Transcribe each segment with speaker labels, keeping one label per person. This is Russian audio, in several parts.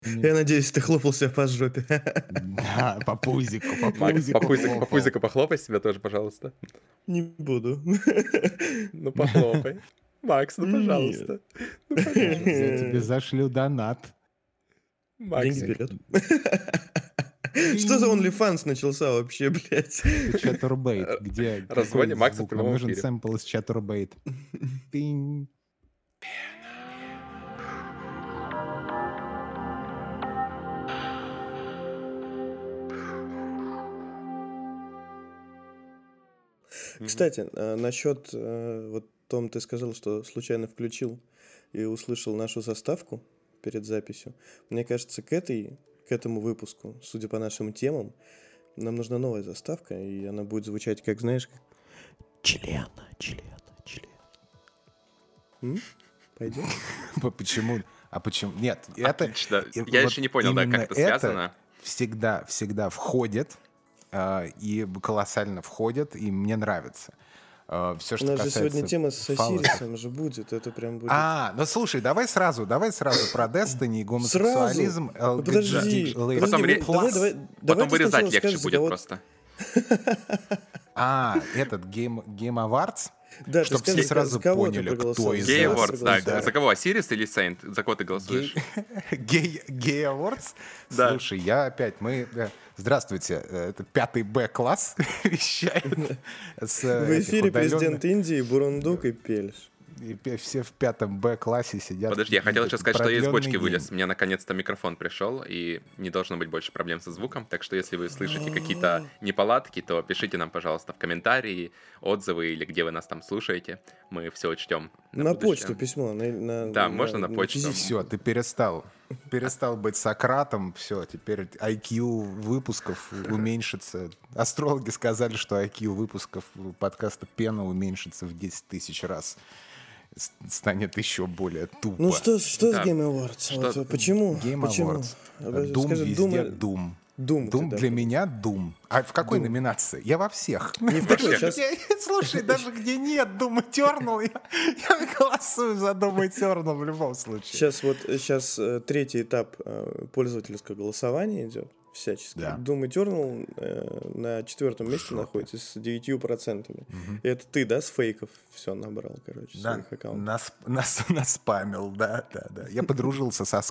Speaker 1: Я надеюсь, ты хлопал себя по жопе.
Speaker 2: Да, по пузику,
Speaker 3: Макс, по
Speaker 2: хлопал.
Speaker 3: пузику похлопай себя тоже, пожалуйста.
Speaker 1: Не буду.
Speaker 3: Ну, похлопай. Макс, ну,
Speaker 1: Нет.
Speaker 3: пожалуйста. Ну,
Speaker 2: Я
Speaker 3: пожалуйста.
Speaker 2: тебе зашлю донат.
Speaker 1: Деньги
Speaker 3: Максик.
Speaker 1: вперед. Что за OnlyFans начался вообще, блядь?
Speaker 2: Это Chaturbate. Где
Speaker 3: Разводим
Speaker 2: какой
Speaker 3: Макса в
Speaker 2: звук? Нам
Speaker 3: прямом
Speaker 2: нужен
Speaker 3: эфире.
Speaker 2: сэмпл из Chaturbate. Пинь.
Speaker 1: Кстати, насчет вот Том, ты сказал, что случайно включил и услышал нашу заставку перед записью. Мне кажется, к этому выпуску, судя по нашим темам, нам нужна новая заставка, и она будет звучать, как, знаешь, как член. Пойдет?
Speaker 2: Почему? А почему? Нет, это...
Speaker 3: Отлично.
Speaker 2: и
Speaker 3: Я
Speaker 2: вот
Speaker 3: еще не понял, да,
Speaker 2: именно
Speaker 3: как это связано.
Speaker 2: всегда входит, и колоссально входит, и мне нравится. Все,
Speaker 1: У
Speaker 2: что
Speaker 1: нас же
Speaker 2: касается
Speaker 1: сегодня тема с
Speaker 2: фаллосов.
Speaker 1: Осирисом же будет, это прям будет...
Speaker 2: Ну слушай, давай сразу про Destiny, гомосексуализм,
Speaker 1: Ну, подожди,
Speaker 3: Потом
Speaker 1: давай ты
Speaker 3: вырезать
Speaker 1: сначала
Speaker 3: легче
Speaker 1: скажешь, за
Speaker 3: будет
Speaker 1: кого-
Speaker 3: просто.
Speaker 2: Этот Game Awards,
Speaker 1: Да,
Speaker 2: чтоб
Speaker 1: ты
Speaker 2: все
Speaker 1: скажи,
Speaker 2: сразу
Speaker 1: за кого ты
Speaker 2: поняли,
Speaker 1: проголосовал.
Speaker 2: кто из
Speaker 3: Гей
Speaker 2: нас.
Speaker 3: Awards, да.
Speaker 2: Да.
Speaker 3: За кого, Осирис или Сейнт? За кого ты голосуешь?
Speaker 2: Gay Awards?
Speaker 3: Да.
Speaker 2: Слушай, здравствуйте, это 5 Б-класс вещает.
Speaker 1: В эфире президент Индии, Бурундук и Пельш.
Speaker 2: И все в 5 Б-классе сидят.
Speaker 3: Подожди, я хотел еще сказать, что я из
Speaker 2: Продлённый
Speaker 3: бочки
Speaker 2: день.
Speaker 3: вылез. Мне наконец-то микрофон пришел, и не должно быть больше проблем со звуком. Так что если вы слышите какие-то неполадки, то пишите нам, пожалуйста, в комментарии, отзывы или где вы нас там слушаете. Мы все учтем.
Speaker 1: На
Speaker 3: будущее.
Speaker 1: почту письмо.
Speaker 3: Да, можно на почту.
Speaker 2: Все, ты перестал быть Сократом, все, теперь IQ выпусков уменьшится. Астрологи сказали, что IQ выпусков подкаста «Пена» уменьшится в 10 тысяч раз. Станет еще более тупо.
Speaker 1: Ну что с
Speaker 3: Да.
Speaker 1: Game Awards? Вот почему?
Speaker 2: Game
Speaker 1: Почему?
Speaker 2: Awards. Doom
Speaker 1: Скажи,
Speaker 2: везде Doom.
Speaker 1: Doom
Speaker 2: Doom
Speaker 1: ты, да,
Speaker 2: для меня Doom. А в какой номинации? Я во всех.
Speaker 1: Не в какой, сейчас...
Speaker 2: Слушай, даже где нет Doom Eternal, я голосую за Doom Eternal в любом случае.
Speaker 1: Сейчас третий этап пользовательского голосования идет всячески.
Speaker 2: Да.
Speaker 1: Doom Eternal на 4-м месте находится с 9%. И это ты, да, с фейков все набрал, короче,
Speaker 2: Да,
Speaker 1: своих аккаунтов.
Speaker 2: наспамил, да. Я подружился со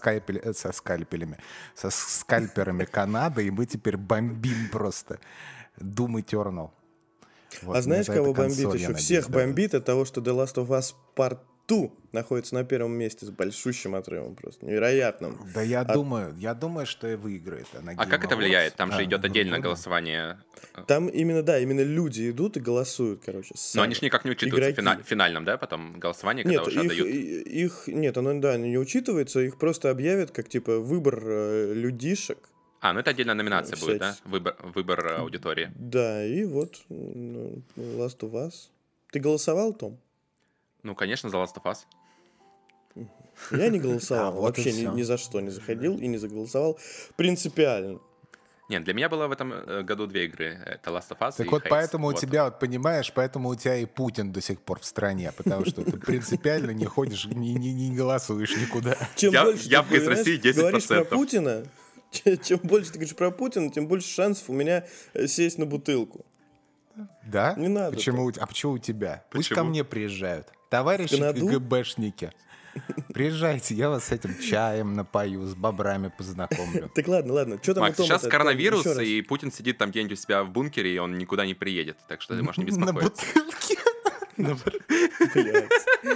Speaker 2: скальперами Канады, и мы теперь бомбим просто Doom Eternal. Вот,
Speaker 1: А знаешь,
Speaker 2: за это
Speaker 1: кого бомбит
Speaker 2: консоль, я
Speaker 1: еще?
Speaker 2: надеюсь,
Speaker 1: Всех
Speaker 2: да.
Speaker 1: бомбит от того, что The Last of Us Part 2 находится на 1-м месте с большущим отрывом, просто невероятным.
Speaker 2: Да я думаю, что и выиграет.
Speaker 3: А как это влияет? Там же идет отдельное голосование.
Speaker 1: Там именно люди идут и голосуют, короче.
Speaker 3: Но они же никак не учитываются
Speaker 1: игроки.
Speaker 3: в финальном, да, потом голосование, когда
Speaker 1: Нет,
Speaker 3: уже отдают.
Speaker 1: нет, оно не учитывается, их просто объявят как типа выбор людишек.
Speaker 3: Ну это отдельная номинация будет, да?
Speaker 1: Всячески.
Speaker 3: Выбор аудитории.
Speaker 1: Да, и вот Last of Us. Ты голосовал, Том?
Speaker 3: Ну, конечно, за Last of Us.
Speaker 1: Я не голосовал,
Speaker 2: Да, вот и
Speaker 1: вообще
Speaker 2: всё.
Speaker 1: ни за что не заходил и не заголосовал принципиально.
Speaker 3: Нет, для меня было в этом году 2 игры. Это Last of Us
Speaker 2: Так
Speaker 3: и
Speaker 2: вот
Speaker 3: Hades.
Speaker 2: поэтому у
Speaker 3: Вот.
Speaker 2: тебя, вот понимаешь, поэтому у тебя и Путин до сих пор в стране, потому что ты принципиально не ходишь, не голосуешь никуда.
Speaker 1: Чем больше ты,
Speaker 3: явка из
Speaker 1: понимаешь,
Speaker 3: России 10%.
Speaker 1: говоришь про Путина, чем больше ты говоришь про Путина, тем больше шансов у меня сесть на бутылку.
Speaker 2: Да?
Speaker 1: Не надо
Speaker 2: Почему у тебя? Пусть ко
Speaker 3: Почему?
Speaker 2: мне приезжают. Товарищи
Speaker 1: Канаду?
Speaker 2: КГБшники. Приезжайте, я вас с этим чаем напою, с бобрами познакомлю.
Speaker 1: Так ладно, что там у
Speaker 3: Макс,
Speaker 1: Тома-то?
Speaker 3: сейчас коронавирус,
Speaker 1: Ещё раз.
Speaker 3: и Путин сидит там где-нибудь у себя в бункере, и он никуда не приедет. Так что ты можешь не
Speaker 2: На
Speaker 3: беспокоиться.
Speaker 2: бутылке.
Speaker 1: Блядь.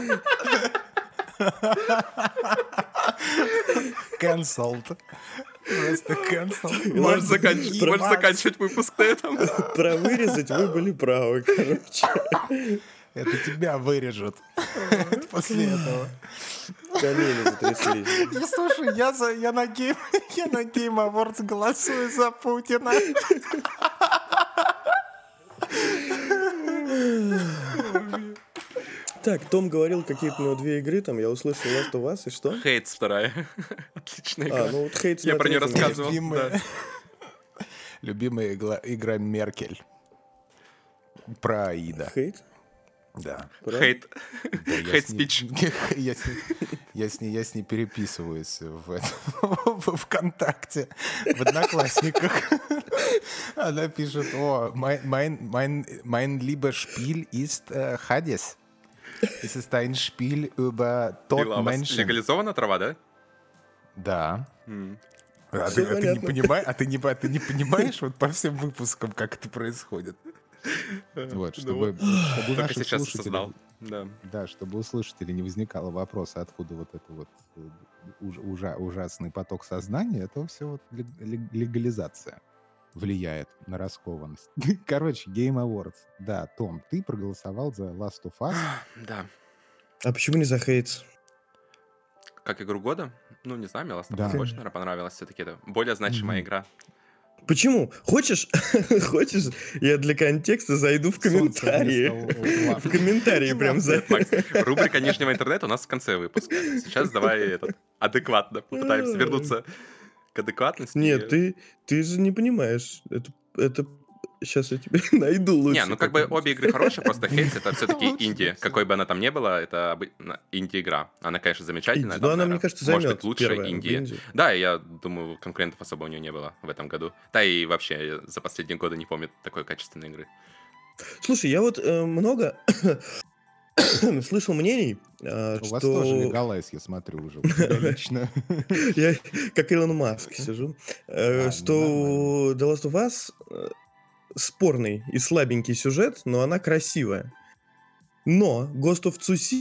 Speaker 2: Cancelled. Просто cancelled.
Speaker 3: Можешь заканчивать выпуск на этом.
Speaker 1: Про вырезать вы были правы, короче.
Speaker 2: Это тебя вырежут после этого.
Speaker 1: Колени затряслись.
Speaker 2: И слушай, я на Game Awards голосую за Путина.
Speaker 1: Так, Том говорил какие-то у него 2 игры, там я услышал Last of Us, и что?
Speaker 3: Хейтс 2. Отличная игра.
Speaker 1: Ну вот Хейтс
Speaker 3: Я про нее рассказывал.
Speaker 2: Любимая игра Меркель. Про Аида.
Speaker 1: Хейт?
Speaker 2: Да.
Speaker 1: Правда?
Speaker 3: Хейт.
Speaker 2: Да,
Speaker 3: Хейт спич.
Speaker 2: я с ней переписываюсь в ВКонтакте, в Одноклассниках. Она пишет: «О, mein lieber Spiel ist Hades. Es ist ein Spiel über
Speaker 3: Лила, у вас
Speaker 2: Todmenschen».
Speaker 3: легализована трава, да?
Speaker 2: Да. А
Speaker 1: Всё
Speaker 2: ты не
Speaker 1: понятно.
Speaker 2: понимаешь, ты не понимаешь вот по всем выпускам, как это происходит? Вот, чтобы у
Speaker 3: Только
Speaker 2: наших
Speaker 3: сейчас
Speaker 2: слушателей,
Speaker 3: осознал. Да.
Speaker 2: да, чтобы у слушателей не возникало вопроса, откуда вот это вот ужасный поток сознания, это все вот легализация влияет на раскованность. Короче, Game Awards. Да, Том, ты проголосовал за Last of Us.
Speaker 3: Да.
Speaker 1: А почему не за Хейтс?
Speaker 3: Как игру года? Ну, не знаю, мне Last of Us
Speaker 2: Да.
Speaker 3: больше, наверное, понравилось. Все-таки это более значимая игра.
Speaker 1: Почему? Хочешь, я для контекста зайду в комментарии. В комментарии прям
Speaker 3: Нет, Макс, рубрика нижнего интернета у нас в конце выпуска. Сейчас давай адекватно попытаемся вернуться к адекватности.
Speaker 1: Нет, ты же не понимаешь. Это сейчас я тебе найду лучше.
Speaker 3: Не, ну как бы обе игры хорошие, просто Хейтс это все-таки инди. Какой бы она там ни была, это инди-игра. Она, конечно, замечательная.
Speaker 1: Но она, мне кажется,
Speaker 3: может
Speaker 1: займет
Speaker 3: быть, лучше
Speaker 1: первое в
Speaker 3: инди.
Speaker 1: инди.
Speaker 3: Да, и я думаю, конкурентов особо у нее не было в этом году. Да и вообще, я за последние годы не помню такой качественной игры.
Speaker 1: Слушай, я вот много слышал мнений,
Speaker 2: У вас тоже
Speaker 1: что...
Speaker 2: легалайз, я смотрю уже. У тебя лично.
Speaker 1: Я как Илон Маск сижу. Что The Last of Us спорный и слабенький сюжет, но она красивая. Но Ghost of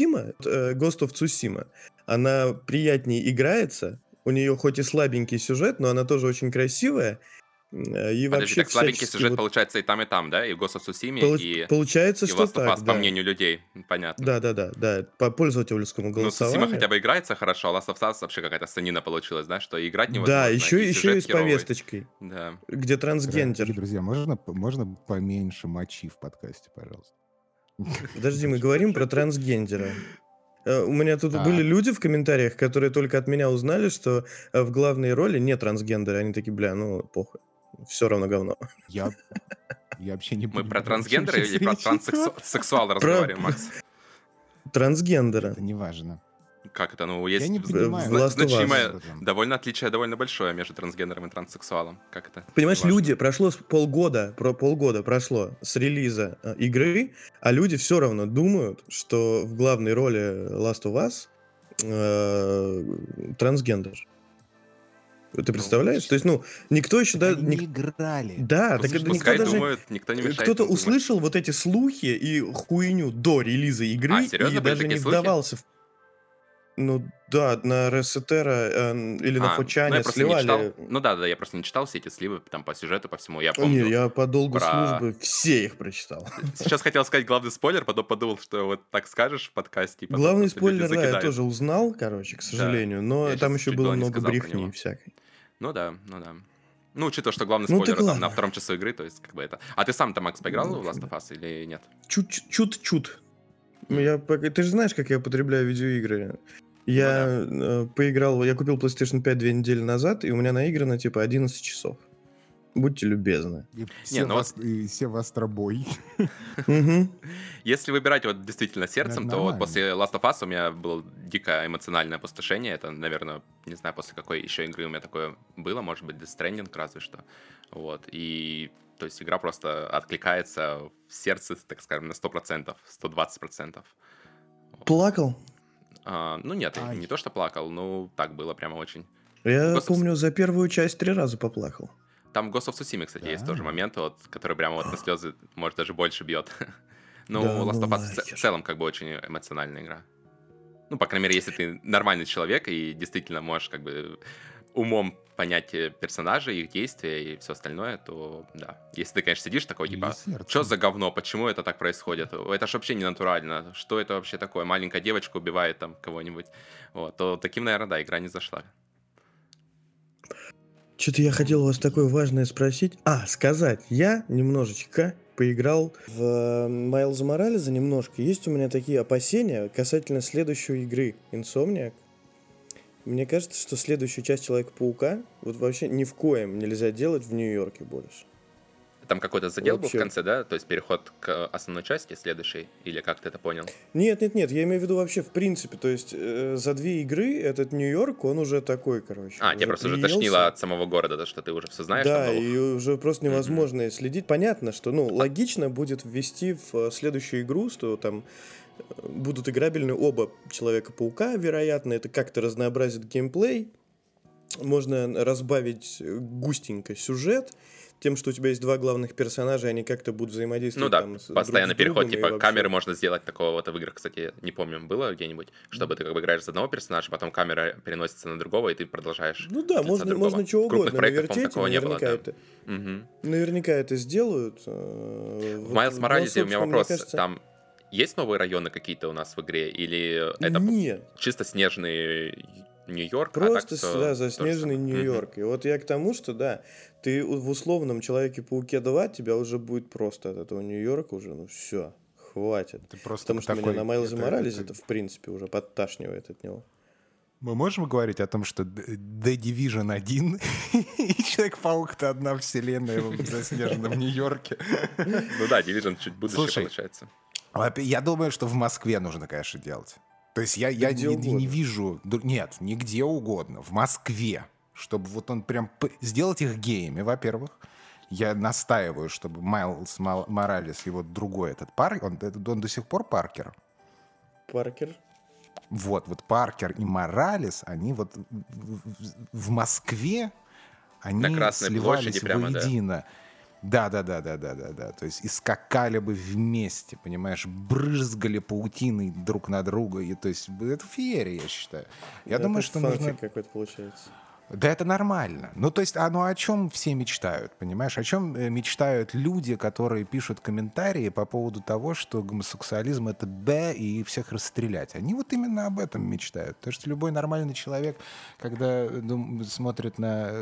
Speaker 1: Tsushima, она приятнее играется. У нее хоть и слабенький сюжет, но она тоже очень красивая. И
Speaker 3: Подожди,
Speaker 1: вообще
Speaker 3: так слабенький
Speaker 1: всячески
Speaker 3: сюжет
Speaker 1: вот
Speaker 3: получается и там, да? И в Ghost of Tsushima, и
Speaker 1: получается,
Speaker 3: и
Speaker 1: что
Speaker 3: Last of
Speaker 1: так,
Speaker 3: Us, по
Speaker 1: да.
Speaker 3: мнению людей. Понятно.
Speaker 1: Да, по пользовательскому
Speaker 3: Ну, Tsushima
Speaker 1: голосованию.
Speaker 3: хотя бы играется хорошо, а Last of Us вообще какая-то станина получилась, да? Что играть невозможно.
Speaker 1: Да, еще и
Speaker 3: сюжет
Speaker 1: с
Speaker 3: херовый.
Speaker 1: повесточкой,
Speaker 3: Да.
Speaker 1: где трансгендер.
Speaker 2: Дорогие друзья, можно поменьше мочи в подкасте, пожалуйста?
Speaker 1: Подожди, мы говорим про трансгендера. У меня тут
Speaker 2: Так.
Speaker 1: были люди в комментариях, которые только от меня узнали, что в главной роли нет трансгендера. Они такие, бля, ну похуй. Все равно говно.
Speaker 2: Я вообще не
Speaker 3: Мы
Speaker 2: понимаю,
Speaker 3: про
Speaker 2: о чем
Speaker 3: трансгендера
Speaker 2: сейчас
Speaker 3: или про
Speaker 2: речь идет.
Speaker 3: транссексуала разговариваем, Макс?
Speaker 1: Трансгендера.
Speaker 2: Это не важно.
Speaker 3: Как это? Ну,
Speaker 2: Я
Speaker 3: есть
Speaker 2: не понимаю.
Speaker 1: в Last of Us.
Speaker 3: значимое, отличие довольно большое между трансгендером и транссексуалом. Как это?
Speaker 1: Понимаешь,
Speaker 3: Неважно.
Speaker 1: люди, прошло полгода прошло с релиза игры, а люди все равно думают, что в главной роли Last of Us трансгендер. Ты представляешь? То есть, ну, никто еще...
Speaker 2: Они не играли.
Speaker 1: Да, так это никто
Speaker 3: Пускай
Speaker 1: даже...
Speaker 3: думают, никто не мешает.
Speaker 1: Кто-то
Speaker 3: им думать.
Speaker 1: услышал вот эти слухи и хуйню до релиза игры
Speaker 3: А, серьезно
Speaker 1: и
Speaker 3: были
Speaker 1: даже не
Speaker 3: такие слухи?
Speaker 1: вдавался в... Ну да, на Ресетера или на
Speaker 3: Ну,
Speaker 1: Фочане
Speaker 3: я просто не читал.
Speaker 1: сливали.
Speaker 3: Ну да, я просто не читал все эти сливы там по сюжету, по всему. Я
Speaker 1: Не,
Speaker 3: помню.
Speaker 1: я по долгу
Speaker 3: про-
Speaker 1: службы все их прочитал.
Speaker 3: Сейчас хотел сказать главный спойлер, потом подумал, что вот так скажешь в подкасте. и потом
Speaker 1: Главный
Speaker 3: просто люди
Speaker 1: спойлер, да, я
Speaker 3: закидают.
Speaker 1: тоже узнал, короче, к сожалению, но
Speaker 3: Я
Speaker 1: там
Speaker 3: щас
Speaker 1: еще
Speaker 3: чуть
Speaker 1: было
Speaker 3: было не
Speaker 1: много
Speaker 3: сказал про
Speaker 1: брехни
Speaker 3: него.
Speaker 1: всякой.
Speaker 3: Ну да. Ну, учитывая, что главный
Speaker 1: Ну,
Speaker 3: спойлер
Speaker 1: так
Speaker 3: там
Speaker 1: ладно.
Speaker 3: на втором часу игры, то есть как бы это... А ты сам-то, Макс, поиграл в Last of Us или нет?
Speaker 1: Чут-чут. Ты же знаешь, как я потребляю видеоигры. Я поиграл, я купил PlayStation 5 2 недели назад, и у меня наиграно типа 11 часов. Будьте любезны.
Speaker 2: И
Speaker 3: ну вот-
Speaker 2: Севастробой.
Speaker 1: Мгм.
Speaker 3: Если выбирать вот действительно сердцем, то вот
Speaker 2: Нормально.
Speaker 3: после Last of Us у меня было дикое эмоциональное опустошение. Это, наверное, не знаю, после какой еще игры у меня такое было. Может быть, Death Stranding разве что. Вот. И то есть игра просто откликается в сердце, так скажем, на 100%, 120%.
Speaker 1: Плакал?
Speaker 3: Ну нет,
Speaker 2: Ай.
Speaker 3: не то, что плакал, ну так было прямо очень.
Speaker 1: Я
Speaker 3: Ghost of-
Speaker 1: помню, за первую часть 3 раза поплакал.
Speaker 3: Там в Ghost of Tsushima, кстати, есть
Speaker 2: Да.
Speaker 3: тоже момент, вот, который прямо вот на слезы, может, даже больше бьет. Ну,
Speaker 1: Да
Speaker 3: Last
Speaker 1: ну
Speaker 3: of Us
Speaker 1: нахер.
Speaker 3: в целом как бы очень эмоциональная игра. Ну, по крайней мере, если ты нормальный человек и действительно можешь как бы умом понять персонажей, их действия и все остальное, то да. Если ты, конечно, сидишь такой,
Speaker 2: Или
Speaker 3: типа,
Speaker 2: сердцем.
Speaker 3: что за говно, почему это так происходит? Это ж вообще не натурально. Что это вообще такое? Маленькая девочка убивает там кого-нибудь. Вот, то таким, наверное, да, игра не зашла.
Speaker 1: Что-то я хотел у вас такое важное спросить. Сказать. Я немножечко поиграл в Майлза Моралеса немножко. Есть у меня такие опасения касательно следующей игры Insomniac. Мне кажется, что следующую часть Человека-паука вот вообще ни в коем нельзя делать в Нью-Йорке больше.
Speaker 3: Там какой-то задел был в
Speaker 1: Вообще.
Speaker 3: конце, да? То есть переход к основной части следующей? Или как ты это понял?
Speaker 1: Нет, я имею в виду вообще в принципе, то есть за 2 игры этот Нью-Йорк, он уже такой, короче.
Speaker 3: Тебя просто уже
Speaker 1: приелся.
Speaker 3: тошнило от самого города, да, что ты уже все знаешь.
Speaker 1: Да,
Speaker 3: там
Speaker 1: и уже просто невозможно следить. Понятно, что, логично будет ввести в следующую игру, что там будут играбельны оба Человека-паука, вероятно, это как-то разнообразит геймплей, можно разбавить густенько сюжет, тем, что у тебя есть 2 главных персонажа, они как-то будут взаимодействовать там с
Speaker 3: постоянный
Speaker 1: друг с другом
Speaker 3: переход,
Speaker 1: и
Speaker 3: типа
Speaker 1: вообще.
Speaker 3: камеры можно сделать такого вот в играх, кстати, не помню, было где-нибудь, чтобы ты как бы играешь за одного персонажа, потом камера переносится на другого, и ты продолжаешь
Speaker 1: Ну да,
Speaker 3: лица другого.
Speaker 1: можно чего
Speaker 3: В крупных
Speaker 1: угодно
Speaker 3: проектах, по-моему,
Speaker 1: навертеть,
Speaker 3: такого не было,
Speaker 1: наверняка
Speaker 3: да.
Speaker 1: это... Наверняка это сделают.
Speaker 3: В Майлз Моралесе у меня вопрос, там есть новые районы какие-то у нас в игре, или это
Speaker 1: Нет.
Speaker 3: чисто снежный Нью-Йорк?
Speaker 1: Просто,
Speaker 3: да,
Speaker 1: заснеженный Нью-Йорк. И вот я к тому, что, да, ты в условном Человеке-пауке 2, тебя уже будет просто от этого Нью-Йорка уже, все, хватит.
Speaker 2: Ты просто
Speaker 1: Потому что
Speaker 2: такой,
Speaker 1: меня на Майлзе Моралесе это, в принципе, уже подташнивает от него.
Speaker 2: Мы можем говорить о том, что The Division 1 и Человек-паук — это одна вселенная в заснеженном Нью-Йорке?
Speaker 3: Ну да, Division чуть будущее получается.
Speaker 2: Я думаю, что в Москве нужно, конечно, делать. То есть я не вижу... Нет, нигде угодно. В Москве. Чтобы вот он прям... Сделать их геями, во-первых. Я настаиваю, чтобы Майлз Моралес и вот другой этот Паркер... Он до сих пор Паркер?
Speaker 1: Паркер?
Speaker 2: Вот Паркер и Моралес, они вот в Москве, они сливались воедино. Да. То есть и скакали бы вместе, понимаешь, брызгали паутиной друг на друга. И, то есть это феерия, я считаю. Я думаю, что нужно...
Speaker 1: какой-то получается.
Speaker 2: Да это нормально. Ну, то есть, о чем все мечтают, понимаешь? О чем мечтают люди, которые пишут комментарии по поводу того, что гомосексуализм — это и всех расстрелять? Они вот именно об этом мечтают. Потому что любой нормальный человек, когда смотрит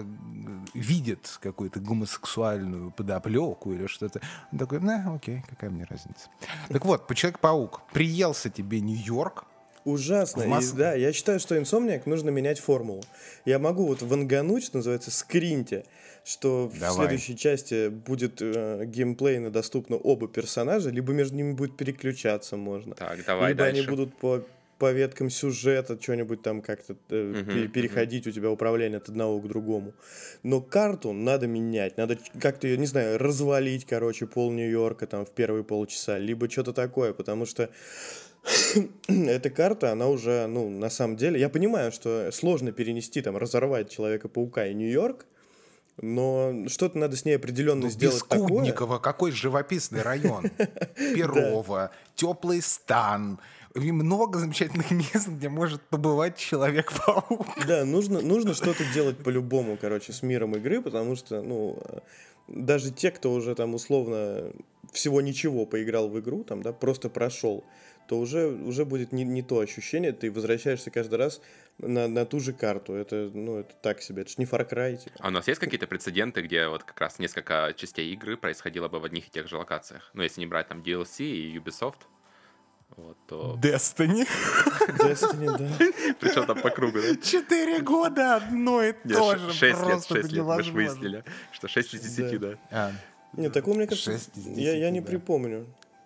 Speaker 2: видит какую-то гомосексуальную подоплеку или что-то, он такой, окей, какая мне разница. Так вот, Человек-паук, приелся тебе Нью-Йорк.
Speaker 1: Ужасно. И, да, я считаю, что Insomniac нужно менять формулу. Я могу вот вангануть, что называется, скриньте, что в следующей части будет геймплейно доступно оба персонажа, либо между ними будет переключаться можно.
Speaker 3: Так, давай
Speaker 1: либо
Speaker 3: дальше.
Speaker 1: Они будут по веткам сюжета что-нибудь там как-то переходить, у тебя управление от одного к другому. Но карту надо менять, надо как-то ее, не знаю, развалить, пол Нью-Йорка там в первые полчаса, либо что-то такое, потому что эта карта, она уже, на самом деле, я понимаю, что сложно перенести, разорвать Человека-паука и Нью-Йорк, но что-то надо с ней определенно сделать такое.
Speaker 2: Бескудниково, какой живописный район. Перово, теплый стан. И много замечательных мест, где может побывать Человек-паук.
Speaker 1: Да, нужно что-то делать по-любому, с миром игры, потому что, даже те, кто уже условно всего ничего поиграл в игру, просто прошел, то уже будет не то ощущение, ты возвращаешься каждый раз на ту же карту. Это так себе, это ж не Far Cry. Типа.
Speaker 3: А у нас есть какие-то прецеденты, где вот как раз несколько частей игры происходило бы в одних и тех же локациях? Если не брать там DLC и Ubisoft, то...
Speaker 2: Destiny,
Speaker 1: да.
Speaker 3: Причем там по кругу, да?
Speaker 2: 4 года одно и то же.
Speaker 3: 6 лет, мы же выяснили, что 6 из 10, да.
Speaker 1: Нет, такого, мне кажется, я не припомню.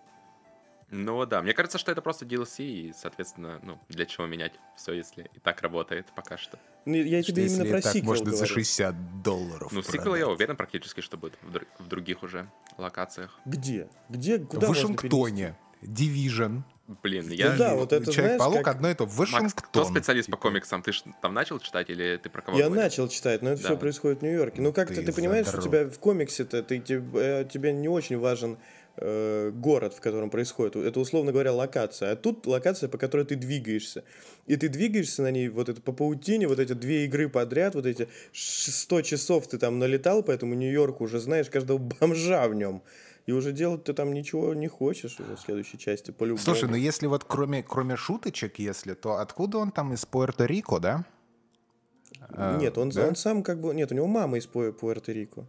Speaker 3: Ну да, мне кажется, что это просто DLC, и, соответственно, для чего менять все, если и так работает пока что.
Speaker 1: Я тебе именно про сиквел
Speaker 2: можно
Speaker 1: говорю.
Speaker 2: за $60.
Speaker 3: Сиквел, я уверен практически, что будет в других уже локациях.
Speaker 1: Где? Куда
Speaker 2: в Вашингтоне. Division.
Speaker 3: Блин,
Speaker 1: вот это,
Speaker 2: Человек-паук
Speaker 1: как...
Speaker 2: одно и то. Вашингтон.
Speaker 3: Макс, кто специалист по комиксам? Ты там начал читать или ты про кого
Speaker 1: Я
Speaker 3: говоришь?
Speaker 1: начал читать, но это все происходит в Нью-Йорке. Как-то ты понимаешь, что у тебя в комиксе-то тебе не очень важен город, в котором происходит. Это, условно говоря, локация. А тут локация, по которой ты двигаешься. И ты двигаешься на ней вот это по паутине, вот эти 2 игры подряд, вот эти 100 часов ты там налетал по этому Нью-Йорку, уже знаешь каждого бомжа в нем. И уже делать ты там ничего не хочешь в следующей части, по-любому.
Speaker 2: Слушай, если вот кроме шуточек, то откуда он там из Пуэрто-Рико, да?
Speaker 1: Нет, он сам Нет, у него мама из Пуэрто-Рико.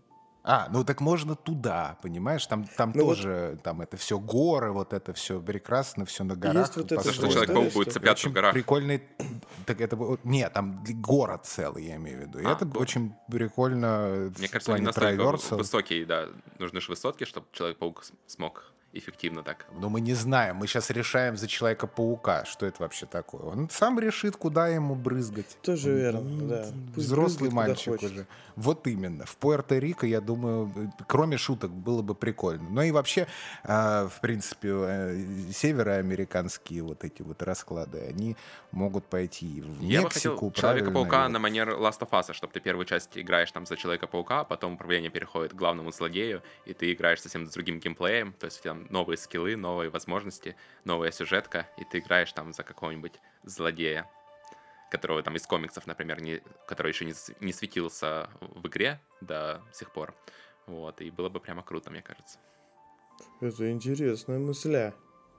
Speaker 2: Ну так можно туда, понимаешь? Там
Speaker 1: Ну
Speaker 2: тоже, там это все горы, вот это все прекрасно, все на горах
Speaker 1: Есть вот эта
Speaker 3: То, что
Speaker 1: история,
Speaker 3: Человек-паук
Speaker 1: что-
Speaker 3: будет цепляться в
Speaker 2: Очень
Speaker 3: горах.
Speaker 2: прикольный, так это нет, там город целый, я имею в виду. И это
Speaker 3: город.
Speaker 2: очень прикольно
Speaker 3: Мне
Speaker 2: в
Speaker 3: кажется, они
Speaker 2: плане
Speaker 3: настолько
Speaker 2: траверса.
Speaker 3: высокие, да. Нужны же высотки, чтобы Человек-паук смог эффективно так.
Speaker 2: Но мы не знаем, мы сейчас решаем за Человека-паука, что это вообще такое. Он сам решит, куда ему брызгать.
Speaker 1: Тоже верно, да. Пусть
Speaker 2: Взрослый
Speaker 1: брызгает, куда
Speaker 2: мальчик
Speaker 1: хочет.
Speaker 2: уже. Вот именно. В Пуэрто-Рико, я думаю, кроме шуток, было бы прикольно. Ну и вообще, в принципе, североамериканские вот эти вот расклады, они могут пойти в
Speaker 3: Я бы
Speaker 2: Мексику,
Speaker 3: хотел Человека-паука
Speaker 2: правильно, и
Speaker 3: на манер Last of Us, чтобы ты первую часть играешь там за Человека-паука, а потом управление переходит к главному злодею, и ты играешь совсем с другим геймплеем, то есть там новые скиллы, новые возможности, новая сюжетка, и ты играешь там за какого-нибудь злодея, которого там из комиксов, например, который еще не светился в игре до сих пор. Вот, и было бы прямо круто, мне кажется.
Speaker 1: Это интересная мысля.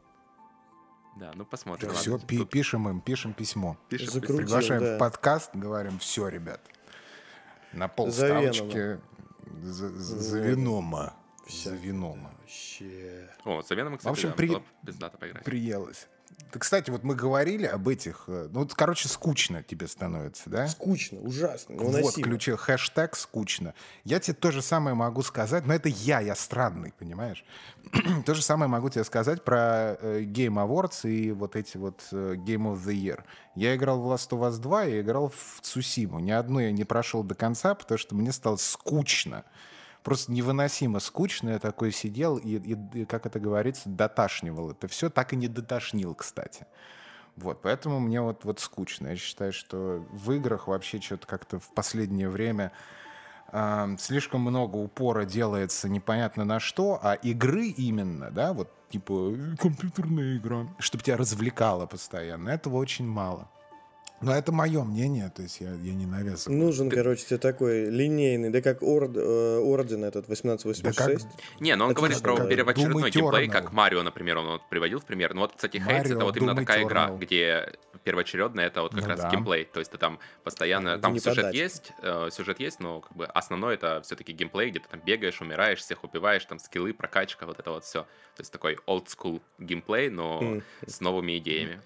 Speaker 3: Да, ну посмотрим.
Speaker 2: все,
Speaker 3: ладно. Тут
Speaker 2: пишем письмо.
Speaker 3: пишем.
Speaker 1: Закрутил,
Speaker 2: Приглашаем
Speaker 1: да.
Speaker 2: в подкаст, говорим, все, ребят, на
Speaker 1: За
Speaker 2: полставочки за Венома.
Speaker 1: Вся-
Speaker 2: За Венома.
Speaker 1: Вообще.
Speaker 3: О, за Веном, кстати,
Speaker 2: В общем,
Speaker 3: да, было бы пиздато поиграть.
Speaker 2: приелось. Да, кстати, вот мы говорили об этих... Ну, вот, короче, скучно тебе становится, да?
Speaker 1: Скучно, ужасно,
Speaker 2: Вот,
Speaker 1: невыносимо.
Speaker 2: ключе хэштег «скучно». Я тебе то же самое могу сказать, но это я странный, понимаешь? То же самое могу тебе сказать про Game Awards и вот эти вот Game of the Year. Я играл в Last of Us 2, я играл в Цусиму. Ни одну я не прошел до конца, потому что мне стало скучно. Просто невыносимо скучно. Я такой сидел и, как это говорится, доташнивал это все. Так и не дотошнил, кстати. Вот, поэтому мне вот скучно. Я считаю, что в играх вообще что-то как-то в последнее время слишком много упора делается непонятно на что, а игры именно, да, вот типа компьютерная игра, чтобы тебя развлекало постоянно, этого очень мало. Но это мое мнение, то есть я не навязываю.
Speaker 1: Нужен, короче, тебе такой линейный, да как Орден этот 1886.
Speaker 3: Не, но он говорит про
Speaker 2: как
Speaker 3: первоочередной
Speaker 2: Doom
Speaker 3: геймплей,
Speaker 2: Eternal.
Speaker 3: как Марио, например, он вот приводил в пример. Ну вот, кстати, Хейтс — это
Speaker 2: Mario,
Speaker 3: вот именно
Speaker 2: Doom
Speaker 3: такая игра,
Speaker 2: Eternal.
Speaker 3: где первоочередная — это вот как
Speaker 2: Ну
Speaker 3: раз
Speaker 2: да.
Speaker 3: геймплей. То есть ты там постоянно... Там
Speaker 1: не
Speaker 3: сюжет
Speaker 1: подача.
Speaker 3: сюжет есть, но как бы основной — это все-таки геймплей, где ты там бегаешь, умираешь, всех убиваешь, там скиллы, прокачка, вот это вот все. То есть такой old school геймплей, но с новыми идеями.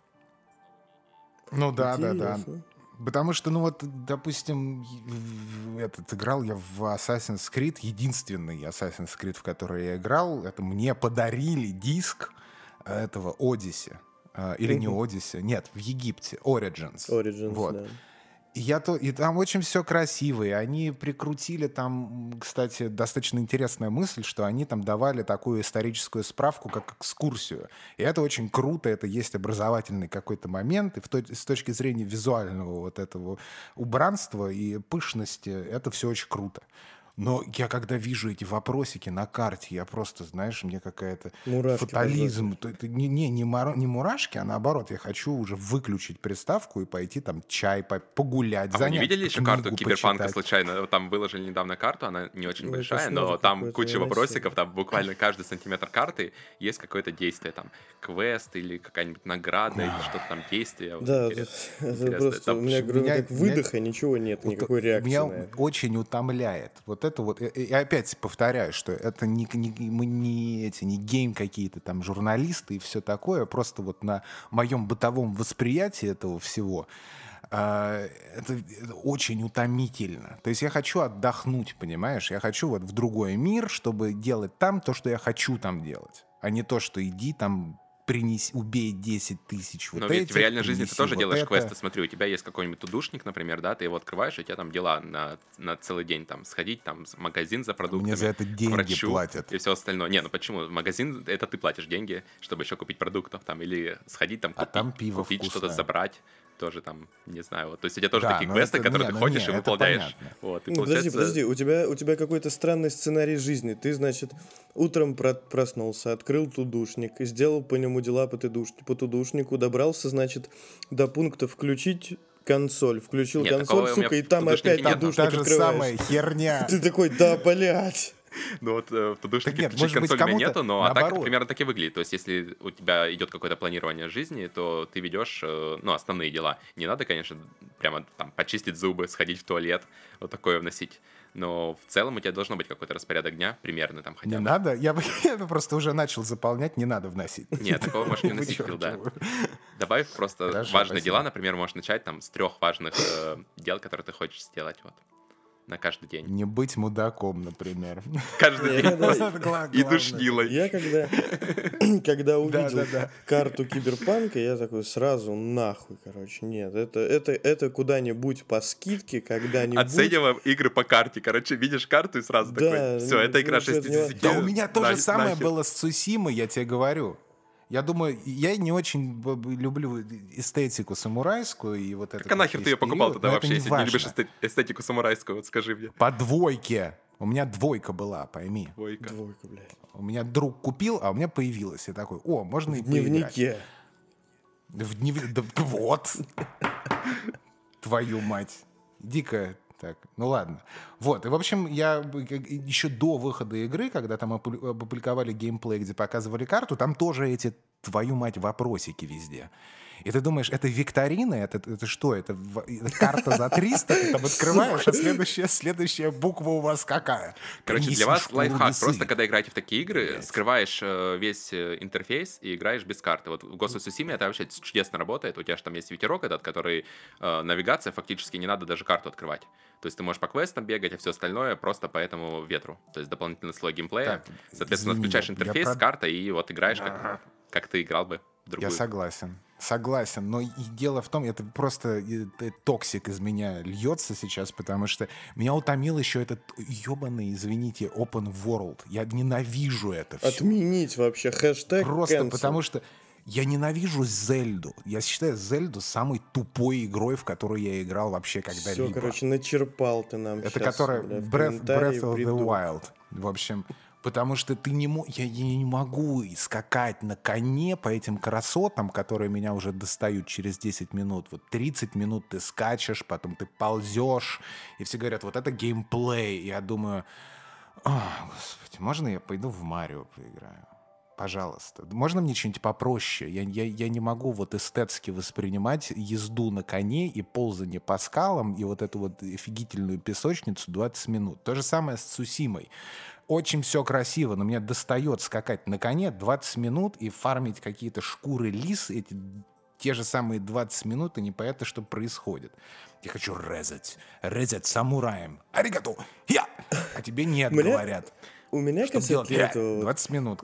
Speaker 2: Ну да.
Speaker 1: Интересно.
Speaker 2: Потому что, ну вот, допустим, играл я в Assassin's Creed, единственный Assassin's Creed, в который я играл, это мне подарили диск этого Odyssey. Или не Odyssey, нет, в Египте, Origins.
Speaker 1: Origins,
Speaker 2: Вот.
Speaker 1: да.
Speaker 2: И там очень все красиво, и они прикрутили там, кстати, достаточно интересная мысль, что они там давали такую историческую справку, как экскурсию. И это очень круто, это есть образовательный какой-то момент, и с точки зрения визуального вот этого убранства и пышности, это все очень круто. Но я когда вижу эти вопросики на карте, я просто, знаешь, мне какая-то
Speaker 1: Мурашки
Speaker 2: фатализм. Это не мурашки, а наоборот, я хочу уже выключить приставку и пойти там чай погулять,
Speaker 3: А вы не
Speaker 2: занять,
Speaker 3: видели еще
Speaker 2: книгу
Speaker 3: карту Киберпанка
Speaker 2: почитать.
Speaker 3: случайно? Там выложили недавно карту, она не очень
Speaker 1: Ну,
Speaker 3: большая,
Speaker 1: кошмар
Speaker 3: но там
Speaker 1: какой-то,
Speaker 3: куча
Speaker 1: я
Speaker 3: вопросиков, там буквально каждый сантиметр карты есть какое-то действие, там квест или какая-нибудь награда, или что-то там действие. Вот
Speaker 1: Да,
Speaker 3: интересно.
Speaker 1: это
Speaker 3: Интересно.
Speaker 1: просто
Speaker 3: Там
Speaker 1: у меня, говорю,
Speaker 2: меня-
Speaker 1: как выдоха, ничего нет,
Speaker 2: Вот
Speaker 1: никакой реакции
Speaker 2: меня
Speaker 1: на это.
Speaker 2: очень утомляет. Вот это вот. И опять повторяю, что это мы не гейм какие-то там журналисты и все такое. Просто вот на моем бытовом восприятии этого всего это очень утомительно. То есть я хочу отдохнуть, понимаешь? Я хочу вот в другой мир, чтобы делать там то, что я хочу там делать. А не то, что иди там убей 10 тысяч вот
Speaker 3: Но
Speaker 2: этих.
Speaker 3: ведь в реальной жизни ты
Speaker 2: принеси
Speaker 3: тоже
Speaker 2: вот
Speaker 3: делаешь
Speaker 2: это.
Speaker 3: квесты. Смотри, у тебя есть какой-нибудь тудушник, например, да, ты его открываешь, и у тебя там дела на целый день, там, сходить, там, в магазин за продуктами,
Speaker 2: Мне за это
Speaker 3: к
Speaker 2: деньги
Speaker 3: врачу
Speaker 2: платят.
Speaker 3: и все остальное. Не, ну почему? Магазин — это ты платишь деньги, чтобы еще купить продуктов, там, или сходить, там,
Speaker 2: А там пиво
Speaker 3: купить что-то,
Speaker 2: вкусное.
Speaker 3: забрать. Тоже там, не знаю, вот. То есть у тебя тоже
Speaker 2: Да,
Speaker 3: такие
Speaker 2: но
Speaker 3: квесты,
Speaker 2: это-
Speaker 3: которые ты ходишь и
Speaker 2: это
Speaker 3: выполняешь.
Speaker 2: понятно.
Speaker 3: Вот, и
Speaker 1: Ну,
Speaker 3: получается...
Speaker 1: подожди, у тебя какой-то странный сценарий жизни. Ты, значит, утром проснулся, открыл тудушник, и сделал по нему дела по тудушнику, добрался, значит, до пункта включить консоль. Включил
Speaker 3: Нет,
Speaker 1: консоль,
Speaker 3: такого у меня
Speaker 1: сука, и
Speaker 3: в
Speaker 1: там
Speaker 3: тудушнике
Speaker 1: опять
Speaker 3: нет.
Speaker 2: Там
Speaker 1: тудушник
Speaker 2: та же
Speaker 1: открываешь.
Speaker 2: самая херня.
Speaker 1: Ты такой, да, блядь.
Speaker 3: Ну вот в тудушнике
Speaker 2: нет,
Speaker 3: включить
Speaker 2: может быть,
Speaker 3: консоль у меня
Speaker 2: кому-то
Speaker 3: нету, но а так
Speaker 2: наоборот.
Speaker 3: примерно так и выглядит. То есть если у тебя идет какое-то планирование жизни, то ты ведешь, ну, основные дела. Не надо, конечно, прямо там почистить зубы, сходить в туалет, вот такое вносить. Но в целом у тебя должно быть какой-то распорядок дня, примерно там хотя
Speaker 2: Не
Speaker 3: бы.
Speaker 2: надо? Я бы просто уже начал заполнять, не надо вносить.
Speaker 3: Нет, такого можешь не вносить, Фил, да.
Speaker 2: Вычеркиваю.
Speaker 3: Добавь просто
Speaker 2: Хорошо,
Speaker 3: важные
Speaker 2: спасибо.
Speaker 3: дела, например, можешь начать там с 3 важных дел, которые ты хочешь сделать вот на каждый день.
Speaker 2: Не быть мудаком, например.
Speaker 3: Каждый
Speaker 1: Я
Speaker 3: день
Speaker 1: когда-
Speaker 3: просто
Speaker 2: Это главное.
Speaker 3: и душнилой.
Speaker 1: Я когда увидел
Speaker 2: Да-да-да.
Speaker 1: карту Киберпанка, я такой сразу нахуй, короче, нет, это куда-нибудь по скидке, когда-нибудь.
Speaker 3: Оцениваем игры по карте. Короче, видишь карту и сразу
Speaker 1: Да,
Speaker 3: такой, все, это игра
Speaker 1: ну, это
Speaker 3: 60.
Speaker 2: Да у меня то же
Speaker 3: на-
Speaker 2: самое
Speaker 3: нахер.
Speaker 2: было с Цусимой, я тебе говорю. Я думаю, я не очень люблю эстетику самурайскую и вот это.
Speaker 3: Так а нахер ты ее покупал тогда вообще, если не любишь эстетику самурайскую, вот скажи мне.
Speaker 2: По двойке. У меня двойка была, пойми.
Speaker 3: Двойка.
Speaker 1: Двойка, блядь.
Speaker 2: У меня друг купил, а у меня появилась. Я такой, о, можно и
Speaker 1: В
Speaker 2: поиграть.
Speaker 1: дневнике.
Speaker 2: В дневнике. Да, вот. Твою мать. Дико так. Ну ладно. Вот. И, в общем, я еще до выхода игры, когда там опубликовали геймплей, где показывали карту, там тоже эти, твою мать, вопросики везде. И ты думаешь, это викторина? Это что? Это карта за 300? Ты там открываешь, а следующая буква у вас какая?
Speaker 3: Короче,
Speaker 2: Принеси
Speaker 3: для вас
Speaker 2: шкуру
Speaker 3: лайфхак.
Speaker 2: лисы.
Speaker 3: Просто когда играете в такие игры,
Speaker 2: Блядь.
Speaker 3: скрываешь весь интерфейс и играешь без карты. Вот в Ghost of Tsushima это вообще чудесно работает. У тебя же там есть ветерок этот, который навигация, фактически не надо даже карту открывать. То есть ты можешь по квестам бегать, а все остальное просто по этому ветру. То есть дополнительный слой геймплея.
Speaker 2: Так,
Speaker 3: Соответственно,
Speaker 2: извини,
Speaker 3: включаешь
Speaker 2: я
Speaker 3: интерфейс,
Speaker 2: про-
Speaker 3: карта, и вот играешь, как ты играл бы в другую.
Speaker 2: Я согласен, но и дело в том, это просто токсик из меня льется сейчас, потому что меня утомил еще этот ебаный, извините, open world. Я ненавижу это все.
Speaker 1: Отменить вообще хэштег
Speaker 2: Просто
Speaker 1: cancel.
Speaker 2: потому что я ненавижу Зельду. Я считаю Зельду самой тупой игрой, в которую я играл вообще когда-либо.
Speaker 1: Все, короче, начерпал ты нам
Speaker 2: Это
Speaker 1: сейчас,
Speaker 2: которая
Speaker 1: бля, в
Speaker 2: Breath
Speaker 1: комментарии
Speaker 2: of the
Speaker 1: приду.
Speaker 2: Wild. В общем, потому что ты я не могу скакать на коне по этим красотам, которые меня уже достают через 10 минут. Вот 30 минут ты скачешь, потом ты ползешь, и все говорят, вот это геймплей. И я думаю, господи, можно я пойду в Марио поиграю? Пожалуйста. Можно мне что-нибудь попроще? Я не могу вот эстетски воспринимать езду на коне и ползание по скалам и вот эту вот офигительную песочницу 20 минут. То же самое с Цусимой. Очень все красиво, но меня достает скакать на коне 20 минут и фармить какие-то шкуры лис эти те же самые 20 минут, и непонятно, что происходит. Я хочу резать самураем. Аригато! Я! А тебе нет,
Speaker 1: Мне-
Speaker 2: говорят.
Speaker 1: У меня
Speaker 2: Что делать?
Speaker 1: касательно этого...
Speaker 2: 20 минут.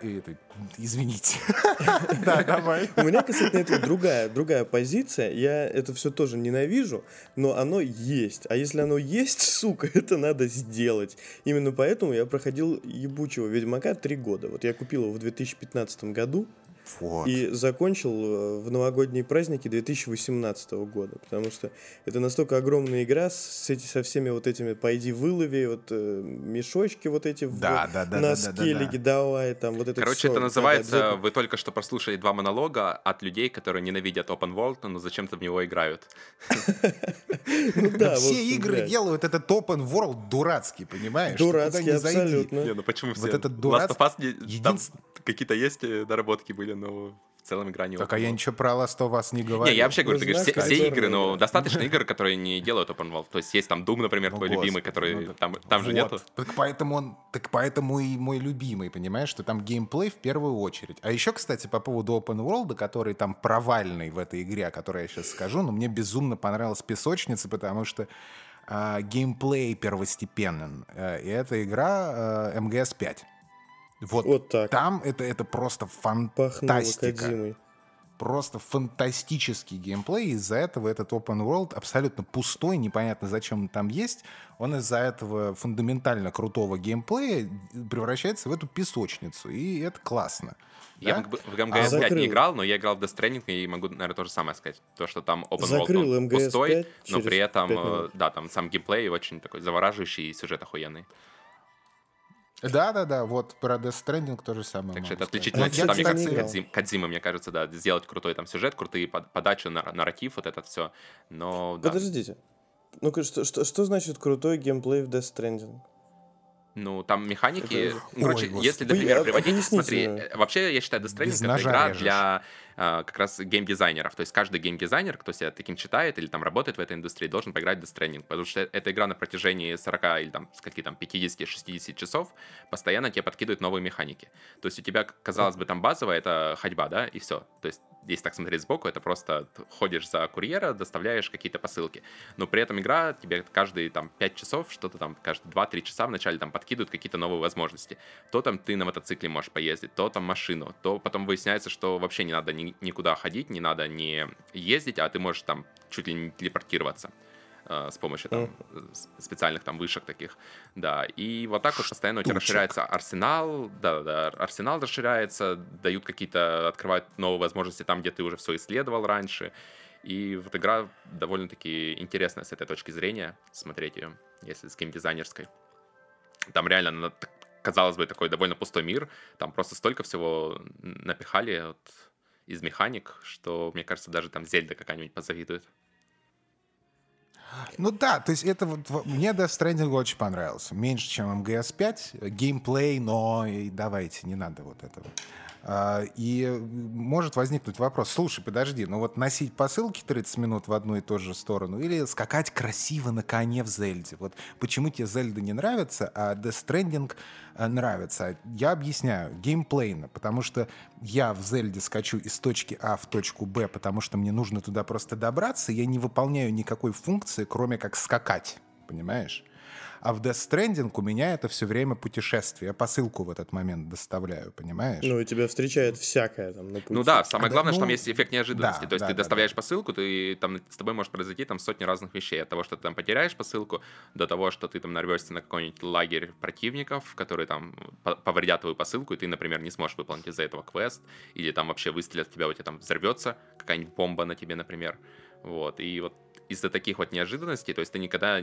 Speaker 2: Извините. Да, давай.
Speaker 1: У меня касательно этого другая позиция. Я это все тоже ненавижу, но оно есть. А если оно есть, сука, это надо сделать. Именно поэтому я проходил ебучего Ведьмака 3 года. Вот я купил его в 2015 году.
Speaker 2: Вот.
Speaker 1: И закончил в новогодние праздники 2018 года, потому что это настолько огромная игра со всеми вот этими «пойди вылови», вот мешочки вот эти
Speaker 2: Да.
Speaker 1: на скеллиге, давай, там вот это
Speaker 3: Короче,
Speaker 1: всё,
Speaker 3: это называется,
Speaker 1: да,
Speaker 3: вы только что прослушали 2 монолога от людей, которые ненавидят Open World, но зачем-то в него играют.
Speaker 1: ну да,
Speaker 2: Все
Speaker 1: вот,
Speaker 2: игры
Speaker 1: блядь.
Speaker 2: делают этот open world дурацкий, понимаешь? Ты куда
Speaker 1: Дурацкий,
Speaker 2: ни зайди.
Speaker 1: абсолютно.
Speaker 3: Не, ну почему все?
Speaker 2: Вот этот
Speaker 3: Last of Us, там
Speaker 2: единственный-
Speaker 3: какие-то есть наработки были, но в целом игра не
Speaker 2: Так, а
Speaker 3: open
Speaker 2: я
Speaker 3: world.
Speaker 2: ничего про Last of Us не говорю.
Speaker 3: Не, я вообще говорю, ты говоришь,
Speaker 1: Нужна
Speaker 3: все игры,
Speaker 1: контрольная
Speaker 3: но
Speaker 1: игра.
Speaker 3: достаточно игр, которые не делают open world. То есть есть там Doom, например,
Speaker 2: Ну,
Speaker 3: твой
Speaker 2: господи,
Speaker 3: любимый, который
Speaker 2: ну,
Speaker 3: там же
Speaker 2: вот.
Speaker 3: нету.
Speaker 2: Так поэтому и мой любимый, понимаешь, что там геймплей в первую очередь. А еще, кстати, по поводу Open World, который там провальный в этой игре, о которой я сейчас скажу, но мне безумно понравилась песочница, потому что геймплей первостепенен. И это игра МГС 5.
Speaker 1: Вот так.
Speaker 2: Там это просто
Speaker 1: Пахнуло
Speaker 2: фантастика.
Speaker 1: Кодзимой.
Speaker 2: Просто фантастический геймплей. Из-за этого этот open world абсолютно пустой, непонятно, зачем он там есть. Он из-за этого фундаментально крутого геймплея превращается в эту песочницу. И это классно.
Speaker 3: Я
Speaker 2: да?
Speaker 3: в МГС 5
Speaker 1: закрыл.
Speaker 3: не играл, но я играл в Death Stranding и могу, наверное, то же самое сказать. То, что там open
Speaker 1: Закрыл
Speaker 3: world он
Speaker 1: МГС
Speaker 3: пустой,
Speaker 1: 5
Speaker 3: но
Speaker 1: через
Speaker 3: при этом,
Speaker 1: 5 минут.
Speaker 3: да, там сам геймплей очень такой завораживающий и сюжет охуенный.
Speaker 2: Да, вот про Death Stranding то же самое.
Speaker 3: Так что
Speaker 2: могу
Speaker 3: это
Speaker 2: сказать.
Speaker 3: отличительная
Speaker 1: Ну,
Speaker 3: черта,
Speaker 1: кстати,
Speaker 3: мне кажется,
Speaker 1: не играл.
Speaker 3: Кодзимы, мне кажется, да, сделать крутой там сюжет, крутые подачи, нарратив, вот это все. Но, да.
Speaker 1: Подождите. Ну-ка, что значит крутой геймплей в Death Stranding?
Speaker 3: Ну, там механики...
Speaker 1: Это-
Speaker 3: Ну, короче,
Speaker 2: Ой,
Speaker 3: если,
Speaker 2: господи.
Speaker 3: например,
Speaker 1: Вы
Speaker 3: приводить...
Speaker 1: объясните.
Speaker 3: Смотри, вообще, я считаю, Death Stranding
Speaker 2: Без
Speaker 3: — это
Speaker 2: ножа
Speaker 3: игра
Speaker 2: режешь.
Speaker 3: для как раз геймдизайнеров. То есть каждый геймдизайнер, кто себя таким считает или там работает в этой индустрии, должен поиграть в Death Stranding. Потому что эта игра на протяжении 40 или там, скольки там, 50-60 часов постоянно тебе подкидывают новые механики. То есть у тебя, казалось бы, там базовая — это ходьба, да, и все. То есть если так смотреть сбоку, это просто ходишь за курьера, доставляешь какие-то посылки. Но при этом игра тебе каждые там 5 часов, что-то там, каждые 2-3 часа вначале там подкидывают какие-то новые возможности. То там ты на мотоцикле можешь поездить, то там машину, то потом выясняется, что вообще не надо никуда ходить, не надо не ездить, а ты можешь там чуть ли не телепортироваться с помощью там специальных там вышек таких, да, и вот так вот постоянно у тебя
Speaker 2: Штучек.
Speaker 3: расширяется арсенал, да, арсенал расширяется, дают какие-то, открывают новые возможности там, где ты уже все исследовал раньше, и вот игра довольно-таки интересная с этой точки зрения, смотреть ее, если с геймдизайнерской. Там реально, казалось бы, такой довольно пустой мир, там просто столько всего напихали вот из механик, что, мне кажется, даже там Зельда какая-нибудь позавидует.
Speaker 2: Ну да, то есть это вот... Мне Death Stranding очень понравился. Меньше, чем МГС 5. Геймплей, но и давайте, не надо вот этого. И может возникнуть вопрос: слушай, подожди, ну вот носить посылки 30 минут в одну и ту же сторону или скакать красиво на коне в Зельде? Вот почему тебе Зельда не нравится, а Death Stranding нравится? Я объясняю. Геймплейно, потому что я в Зельде скачу из точки А в точку Б, потому что мне нужно туда просто добраться, я не выполняю никакой функции, кроме как скакать, понимаешь? А в Death Stranding у меня это все время путешествие. Я посылку в этот момент доставляю, понимаешь?
Speaker 1: Ну, и тебя встречает всякое там на пути.
Speaker 3: Ну да, самое главное, что там
Speaker 2: ну,
Speaker 3: есть эффект неожиданности.
Speaker 2: да,
Speaker 3: То есть
Speaker 2: да,
Speaker 3: ты
Speaker 2: да,
Speaker 3: доставляешь
Speaker 2: да.
Speaker 3: посылку, ты там с тобой может произойти там сотни разных вещей. От того, что ты там потеряешь посылку, до того, что ты там нарвешься на какой-нибудь лагерь противников, которые там повредят твою посылку, и ты, например, не сможешь выполнить из-за этого квест, или там вообще выстрелят в тебя, у тебя там взорвется какая-нибудь бомба на тебе, например. Вот, и вот из-за таких вот неожиданностей, то есть ты никогда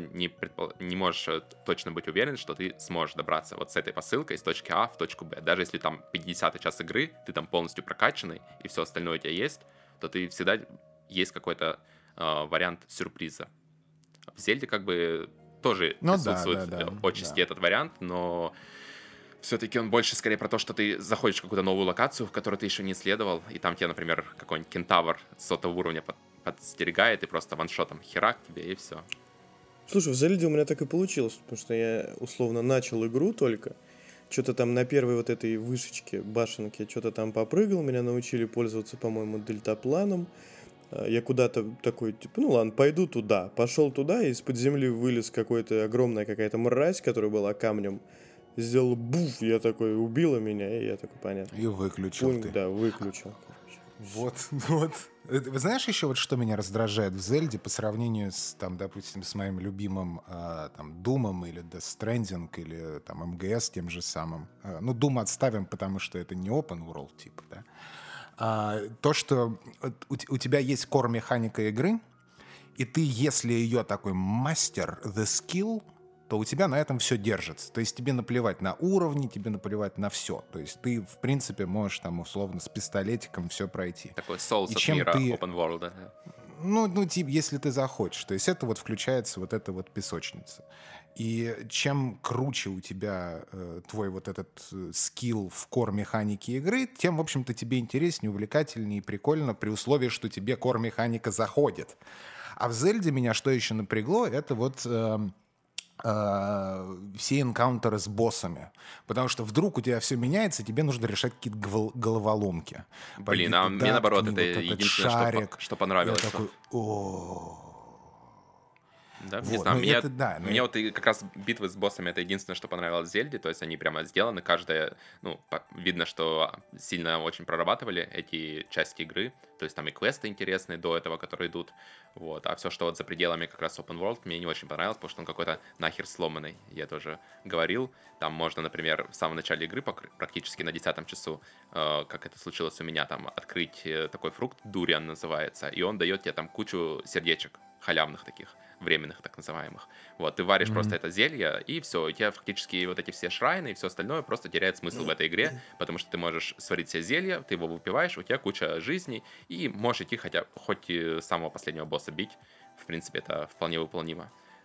Speaker 3: не можешь точно быть уверен, что ты сможешь добраться вот с этой посылкой из точки А в точку Б. Даже если там 50-й час игры, ты там полностью прокачанный, и все остальное у тебя есть, то ты всегда есть какой-то вариант сюрприза. В Зельде как бы тоже
Speaker 2: Ну да,
Speaker 3: присутствует
Speaker 2: да, да,
Speaker 3: отчасти
Speaker 2: да.
Speaker 3: этот вариант, но все-таки он больше скорее про то, что ты заходишь в какую-то новую локацию, в которую ты еще не исследовал, и там тебе, например, какой-нибудь кентавр 100-го уровня подстерегает, и просто ваншотом херак тебе, и все.
Speaker 1: Слушай, в Зельде у меня так и получилось, потому что я условно начал игру только, что-то там на первой вот этой вышечке, башенке, что-то там попрыгал, меня научили пользоваться, по-моему, дельтапланом. Я куда-то такой, типа, ну ладно, пойду туда. Пошел туда, и из-под земли вылез какой-то огромная какая-то мразь, которая была камнем. Сделал буф, я такой, убила меня, и я такой, понятно.
Speaker 2: И выключил
Speaker 1: Пункт,
Speaker 2: ты.
Speaker 1: да, выключил. Короче.
Speaker 2: Вот, вот. Вы знаешь еще вот что меня раздражает в Зельде по сравнению с, там, допустим, с моим любимым там Думом или Death Stranding или там МГС тем же самым. Ну, Doom отставим, потому что это не open world типа, да. То, что у тебя есть core-механика игры, и ты, если ее такой мастер, the skill, то у тебя на этом все держится. То есть тебе наплевать на уровни, тебе наплевать на все. То есть ты, в принципе, можешь там условно с пистолетиком все пройти.
Speaker 3: Такой Souls
Speaker 2: И
Speaker 3: от
Speaker 2: чем
Speaker 3: мира
Speaker 2: ты-
Speaker 3: open world. Да.
Speaker 2: Ну, типа, если ты захочешь. То есть это вот включается вот эта вот песочница. И чем круче у тебя твой вот этот скилл в кор-механике игры, тем, в общем-то, тебе интереснее, увлекательнее и прикольно при условии, что тебе кор-механика заходит. А в Зельде меня что еще напрягло, это вот все энкаунтеры с боссами. Потому что вдруг у тебя все меняется, тебе нужно решать какие-то головоломки.
Speaker 3: Блин,
Speaker 2: Пойди
Speaker 3: мне
Speaker 2: туда,
Speaker 3: наоборот,
Speaker 2: ткни
Speaker 3: это
Speaker 2: вот этот
Speaker 3: единственное,
Speaker 2: шарик.
Speaker 3: что понравилось.
Speaker 2: Я такой, о.
Speaker 3: Да, не
Speaker 2: Вот,
Speaker 3: знаю,
Speaker 2: ну
Speaker 3: мне,
Speaker 2: это да, но
Speaker 3: мне вот и как раз битвы с боссами — это единственное, что понравилось в Зельде, то есть они прямо сделаны, каждая, ну, видно, что сильно очень прорабатывали эти части игры, то есть там и квесты интересные до этого, которые идут, вот, а все, что вот за пределами как раз open world, мне не очень понравилось, потому что он какой-то нахер сломанный, я тоже говорил, там можно, например, в самом начале игры, практически на 10-м часу, как это случилось у меня, там, открыть такой фрукт, дуриан называется, и он дает тебе там кучу сердечек, халявных таких, временных так называемых. Вот, ты варишь просто это зелье, и все, у тебя фактически вот эти все шрайны и все остальное просто теряет смысл в этой игре, потому что ты можешь сварить себе зелье, ты его выпиваешь, у тебя куча жизней, и можешь идти хоть и самого последнего босса бить. В принципе, это вполне выполнимо.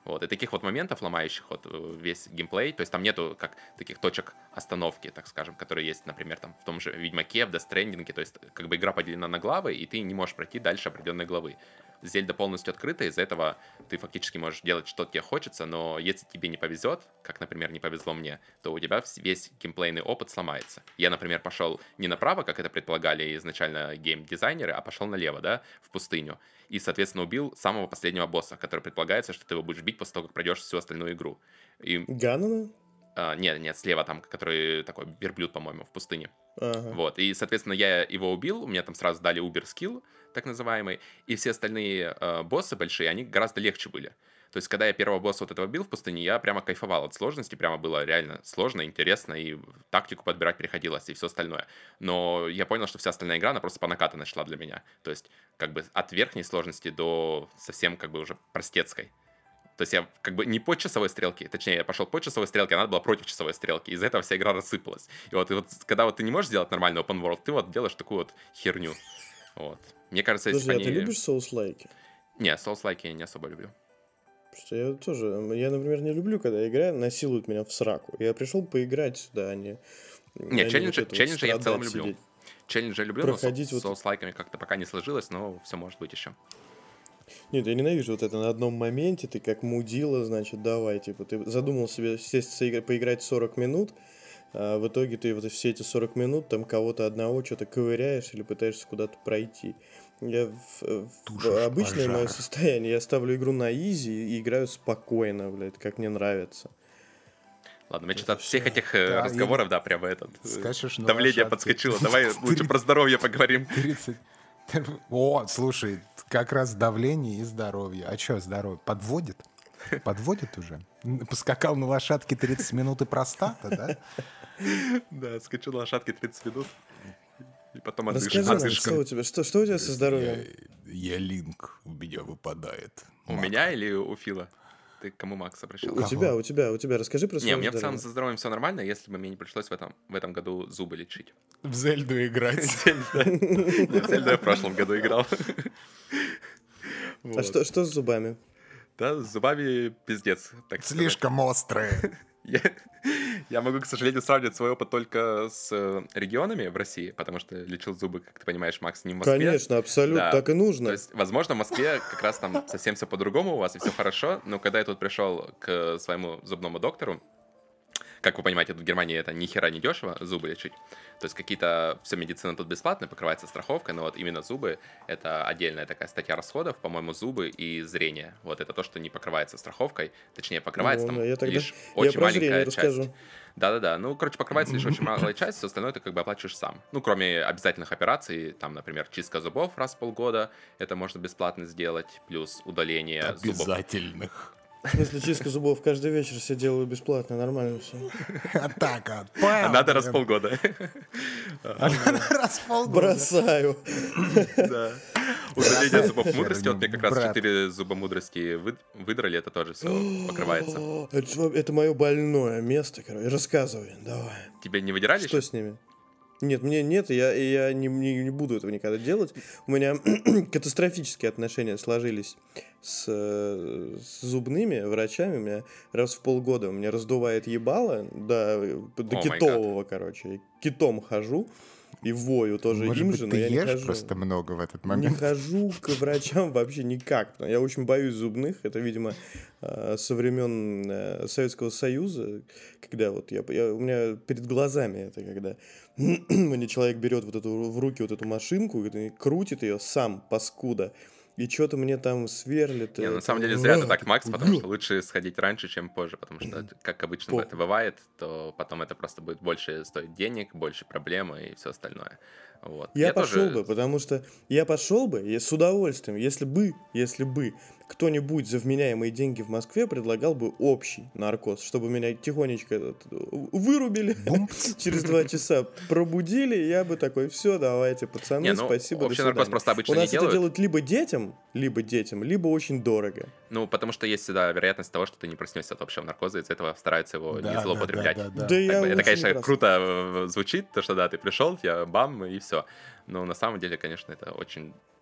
Speaker 3: Вот, и таких вот моментов, ломающих вот весь геймплей, то есть там нету как таких точек остановки, так скажем, которые есть, например, там в том же Ведьмаке, в Death Stranding, то есть как бы игра поделена на главы, и ты не можешь пройти дальше определенной главы. Зельда полностью открыта, из-за этого ты фактически можешь делать, что тебе хочется, но если тебе не повезет, как, например, не повезло мне, то у тебя весь геймплейный опыт сломается. Я, например, пошел не направо, как это предполагали изначально геймдизайнеры, а пошел налево, да, в пустыню. И, соответственно, убил самого последнего босса, который предполагается, что ты его будешь бить после того, как пройдешь всю остальную игру. И...
Speaker 1: Ганнона?
Speaker 3: Нет, слева там, который такой верблюд, по-моему, в пустыне.
Speaker 1: Ага.
Speaker 3: Вот, и, соответственно, я его убил, мне там сразу дали убер-скилл, так называемый, и все остальные боссы большие, они гораздо легче были. То есть, когда я первого босса вот этого бил в пустыне, я прямо кайфовал от сложности, прямо было реально сложно, интересно, и тактику подбирать приходилось, и все остальное. Но я понял, что вся остальная игра, она просто по накатанной шла для меня. То есть, как бы от верхней сложности до совсем как бы уже простецкой. То есть я как бы не по часовой стрелке, точнее, я пошел по часовой стрелке, а надо было против часовой стрелки. Из-за этого вся игра рассыпалась. И вот когда вот ты не можешь сделать нормальный open world, ты вот делаешь такую вот херню. Вот. Мне кажется, если бы
Speaker 1: Слушай,
Speaker 3: они...
Speaker 1: а ты любишь соус-лайки?
Speaker 3: Не, соус-лайки я не особо люблю.
Speaker 1: Потому что я тоже, например, не люблю, когда игра насилует меня в сраку. Я пришел поиграть сюда, а не...
Speaker 3: Не, челленджи я в целом люблю.
Speaker 1: сидеть.
Speaker 3: Челленджи я люблю,
Speaker 1: Проходить
Speaker 3: но с
Speaker 1: вот-
Speaker 3: соус-лайками как-то пока не сложилось, но все может быть еще.
Speaker 1: Нет, я ненавижу вот это на одном моменте, ты как мудила, значит, давай, типа, ты задумал себе сесть, поиграть 40 минут, а в итоге ты вот все эти 40 минут там кого-то одного что-то ковыряешь или пытаешься куда-то пройти. Я в обычное мое
Speaker 2: пожар.
Speaker 1: состояние, я ставлю игру на изи и играю спокойно, блядь, как мне нравится.
Speaker 3: Ладно, мне что-то от всех этих разговоров, да, прямо
Speaker 2: Скачешь на
Speaker 3: давление
Speaker 2: лошадке.
Speaker 3: подскочило. Давай лучше про здоровье поговорим.
Speaker 2: 30. О, слушай, как раз давление и здоровье. А что здоровье? Подводит? Подводит уже? Поскакал на лошадке 30 минут и простата, да?
Speaker 3: Да, скачу на лошадке 30 минут. И потом
Speaker 1: Расскажи нам, что у тебя, что у тебя со здоровьем?
Speaker 2: Я линк, у меня выпадает.
Speaker 3: У меня или у Фила? Ты к кому, Макс, обращался?
Speaker 1: У тебя, расскажи про
Speaker 3: Не,
Speaker 1: свое
Speaker 3: у меня в целом
Speaker 1: здоровье.
Speaker 3: со здоровьем все нормально, если бы мне не пришлось в этом году зубы лечить.
Speaker 2: В Зельду играть.
Speaker 3: Зельда я в прошлом году играл.
Speaker 1: А
Speaker 3: Вот.
Speaker 1: что с зубами?
Speaker 3: Да, с зубами пиздец, так сказать.
Speaker 2: Слишком острые.
Speaker 3: Я могу, к сожалению, сравнивать свой опыт только с регионами в России, потому что лечил зубы, как ты понимаешь, Макс, не в Москве.
Speaker 1: Конечно, абсолютно,
Speaker 3: Да.
Speaker 1: так и нужно.
Speaker 3: То есть, возможно, в Москве как раз там совсем все по-другому у вас, и все хорошо, но когда я тут пришел к своему зубному доктору, как вы понимаете, тут в Германии это ни хера не дешево, зубы лечить. То есть какие-то... Все медицина тут бесплатная, покрывается страховкой, но вот именно зубы — это отдельная такая статья расходов, по-моему, зубы и зрение. Вот это то, что не покрывается страховкой. Точнее, покрывается
Speaker 1: Ну,
Speaker 3: там
Speaker 1: я тогда-
Speaker 3: лишь
Speaker 1: я
Speaker 3: очень
Speaker 1: про
Speaker 3: маленькая
Speaker 1: зрение
Speaker 3: часть.
Speaker 1: расскажу.
Speaker 3: Да-да-да. Ну, короче, покрывается лишь очень малая часть, все остальное ты как бы оплачиваешь сам. Ну, кроме обязательных операций, там, например, чистка зубов раз в полгода, это можно бесплатно сделать, плюс удаление зубов.
Speaker 2: Обязательных.
Speaker 1: В смысле, чистка зубов каждый вечер все делаю бесплатно, нормально все.
Speaker 2: А так,
Speaker 3: А надо раз в полгода.
Speaker 2: Раз в полгода.
Speaker 1: Бросаю.
Speaker 3: Да. Удаление зубов
Speaker 2: Херню,
Speaker 3: мудрости, вот мне как раз
Speaker 2: брат.
Speaker 3: 4 зуба мудрости выдрали, это тоже все покрывается.
Speaker 1: Это мое больное место, короче. Рассказывай, давай.
Speaker 3: Тебе не выдирали
Speaker 1: Что
Speaker 3: еще?
Speaker 1: с ними? Нет, мне нет, и я не буду этого никогда делать. У меня катастрофические отношения сложились с зубными врачами. У меня раз в полгода у меня раздувает ебало до
Speaker 3: О май
Speaker 1: китового, короче. Я китом хожу и вою тоже
Speaker 2: Может
Speaker 1: им
Speaker 2: быть,
Speaker 1: же, но
Speaker 2: ты
Speaker 1: я не
Speaker 2: ешь
Speaker 1: хожу.
Speaker 2: просто много в этот
Speaker 1: Не
Speaker 2: момент?
Speaker 1: хожу к врачам вообще никак. Я очень боюсь зубных. Это, видимо, со времен Советского Союза, когда вот у меня перед глазами это, когда мне человек берет вот эту в руки вот эту машинку, и крутит ее сам, паскуда, и что-то мне там сверлит.
Speaker 3: Не, на самом деле зря ты так, Макс, потому что лучше сходить раньше, чем позже, потому что, как обычно
Speaker 1: Похуй.
Speaker 3: это бывает, то потом это просто будет больше стоить денег, больше проблем и все остальное. Вот.
Speaker 1: Я пошел
Speaker 3: тоже-
Speaker 1: бы, потому что я пошел бы с удовольствием, если бы кто-нибудь за вменяемые деньги в Москве предлагал бы общий наркоз, чтобы меня тихонечко вырубили, через 2 часа пробудили, и я бы такой, все, давайте, пацаны,
Speaker 3: Не, ну,
Speaker 1: спасибо, до
Speaker 3: общий наркоз
Speaker 1: свидания».
Speaker 3: просто обычно
Speaker 1: У
Speaker 3: не
Speaker 1: нас это
Speaker 3: делают.
Speaker 1: делают либо детям, либо очень дорого.
Speaker 3: Ну, потому что есть всегда вероятность того, что ты не проснешься от общего наркоза, из-за этого стараются его не злоупотреблять.
Speaker 1: Да
Speaker 3: Как бы,
Speaker 1: я
Speaker 3: это,
Speaker 1: очень
Speaker 3: конечно,
Speaker 1: прекрасно.
Speaker 3: круто звучит, то, что да, ты пришел, я бам, и все. Но на самом деле, конечно, это очень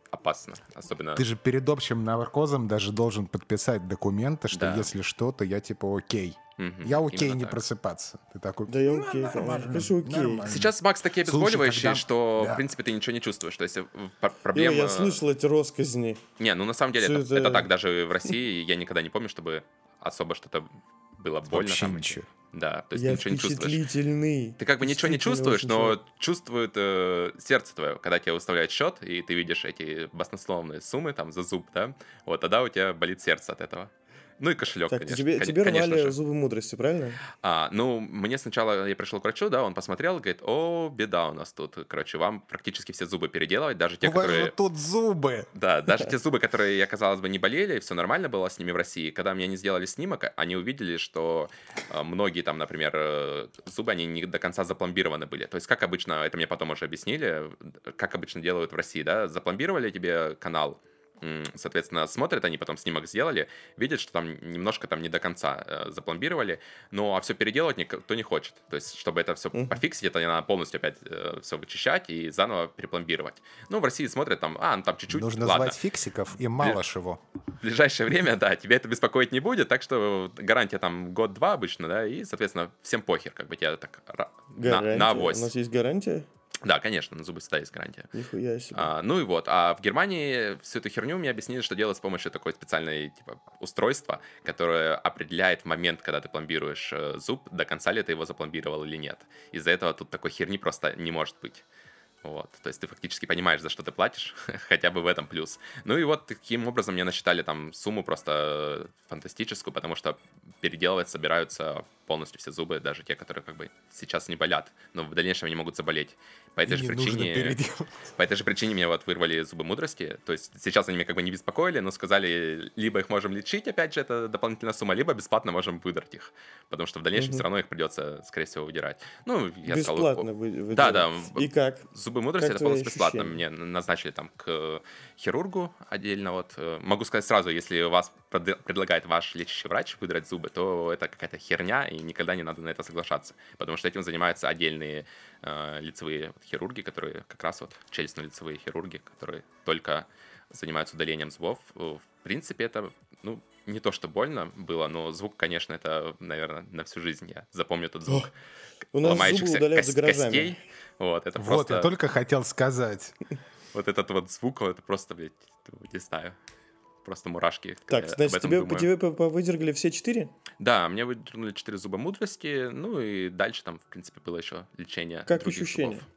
Speaker 3: опасно. Особенно...
Speaker 2: Ты же перед общим наркозом даже должен подписать документы, что
Speaker 3: Да.
Speaker 2: если что, то я типа окей.
Speaker 3: Мгм,
Speaker 2: Я окей
Speaker 3: именно
Speaker 2: не
Speaker 3: так.
Speaker 2: просыпаться. Ты такой,
Speaker 1: Да я окей,
Speaker 2: нормально,
Speaker 1: конечно, окей.
Speaker 2: нормально.
Speaker 3: Сейчас, Макс, такие
Speaker 2: Слушай,
Speaker 3: обезболивающие,
Speaker 2: когда-
Speaker 3: что,
Speaker 2: да.
Speaker 3: в принципе, ты ничего не чувствуешь. То есть
Speaker 1: Ё,
Speaker 3: проблема...
Speaker 1: я слышал эти россказни.
Speaker 3: Не, ну на самом деле
Speaker 1: Что
Speaker 3: это
Speaker 1: это?
Speaker 3: так. Даже в России я никогда не помню, чтобы особо что-то было больно.
Speaker 2: Вообще
Speaker 3: там,
Speaker 2: ничего.
Speaker 3: Да, то есть
Speaker 1: Я
Speaker 3: ты ничего не чувствуешь.
Speaker 1: впечатлительный.
Speaker 3: Ты как бы ничего не
Speaker 1: Действительно
Speaker 3: чувствуешь,
Speaker 1: очень
Speaker 3: но
Speaker 1: человек.
Speaker 3: чувствует сердце твое, когда тебе выставляют счет, и ты видишь эти баснословные суммы там за зуб, да, вот тогда у тебя болит сердце от этого. Ну и кошелек,
Speaker 1: Так,
Speaker 3: конечно.
Speaker 1: тебе
Speaker 3: Конечно
Speaker 1: рвали
Speaker 3: же.
Speaker 1: зубы мудрости, правильно?
Speaker 3: Ну, мне сначала, я пришел к врачу, да, он посмотрел, говорит, о, беда у нас тут, короче, вам практически все зубы переделывать, даже те,
Speaker 2: У вас
Speaker 3: которые...
Speaker 2: же тут зубы.
Speaker 3: Да, даже те зубы, которые, казалось бы, не болели, все нормально было с ними в России. Когда мне не сделали снимок, они увидели, что многие там, например, зубы, они не до конца запломбированы были. То есть, как обычно, это мне потом уже объяснили, как обычно делают в России, да, запломбировали тебе канал, соответственно, смотрят они, потом снимок сделали, видят, что там немножко там не до конца запломбировали, ну, а все переделывать никто не хочет. То есть, чтобы это все пофиксить, это надо полностью опять все вычищать и заново перепломбировать. Ну, в России смотрят там, ну, там чуть-чуть,
Speaker 2: Нужно
Speaker 3: ладно.
Speaker 2: звать фиксиков и Малышеву.
Speaker 3: В ближайшее время, да, тебя это беспокоить не будет, так что гарантия там год-два обычно, да, и, соответственно, всем похер, как бы тебя так
Speaker 1: Гарантия.
Speaker 3: на
Speaker 1: У
Speaker 3: авось.
Speaker 1: нас есть гарантия?
Speaker 3: Да, конечно, на зубы всегда есть гарантия.
Speaker 1: Нихуя себе.
Speaker 3: Ну и вот, а в Германии всю эту херню мне объяснили, что делать с помощью такой специальной типа устройства, которое определяет в момент, когда ты пломбируешь зуб, до конца ли ты его запломбировал или нет. Из-за этого тут такой херни просто не может быть. Вот, то есть ты фактически понимаешь, за что ты платишь, хотя бы в этом плюс. Ну и вот таким образом мне насчитали там сумму просто фантастическую, потому что переделывать собираются полностью все зубы, даже те, которые как бы сейчас не болят, но в дальнейшем они могут заболеть. По этой
Speaker 2: И
Speaker 3: же
Speaker 2: не нужно
Speaker 3: причине...
Speaker 2: переделывать.
Speaker 3: По этой же причине мне вот вырвали зубы мудрости. То есть сейчас они меня как бы не беспокоили, но сказали, либо их можем лечить, опять же, это дополнительная сумма, либо бесплатно можем выдрать их. Потому что в дальнейшем все равно их придется, скорее всего, выдирать. Ну, я
Speaker 1: Бесплатно
Speaker 3: сказал...
Speaker 1: вы
Speaker 3: Да,
Speaker 1: делаете.
Speaker 3: да.
Speaker 1: И как?
Speaker 3: Зубы мудрости
Speaker 1: Как
Speaker 3: это
Speaker 1: твои
Speaker 3: полностью бесплатно.
Speaker 1: ощущения?
Speaker 3: Мне назначили там к хирургу отдельно. Вот. Могу сказать сразу, если вас предлагает ваш лечащий врач выдрать зубы, то это какая-то херня, и никогда не надо на это соглашаться. Потому что этим занимаются отдельные лицевые хирурги, которые как раз вот челюстно-лицевые хирурги, которые только занимаются удалением зубов. В принципе, это, ну, не то, что больно было, но звук, конечно, это, наверное, на всю жизнь я запомню этот звук
Speaker 1: У нас зубы
Speaker 3: ломающихся
Speaker 1: удаляют за гаражами.
Speaker 3: костей. Вот, это
Speaker 2: Вот,
Speaker 3: просто...
Speaker 2: я только хотел сказать.
Speaker 3: Вот этот вот звук, это просто, блядь, не знаю, просто мурашки. когда
Speaker 1: Так,
Speaker 3: я
Speaker 1: значит,
Speaker 3: об этом
Speaker 1: тебе
Speaker 3: думаю.
Speaker 1: повыдергали все 4?
Speaker 3: Да, мне выдернули 4 зуба мудрости, ну и дальше там, в принципе, было еще лечение
Speaker 1: Как
Speaker 3: других
Speaker 1: ощущения?
Speaker 3: зубов.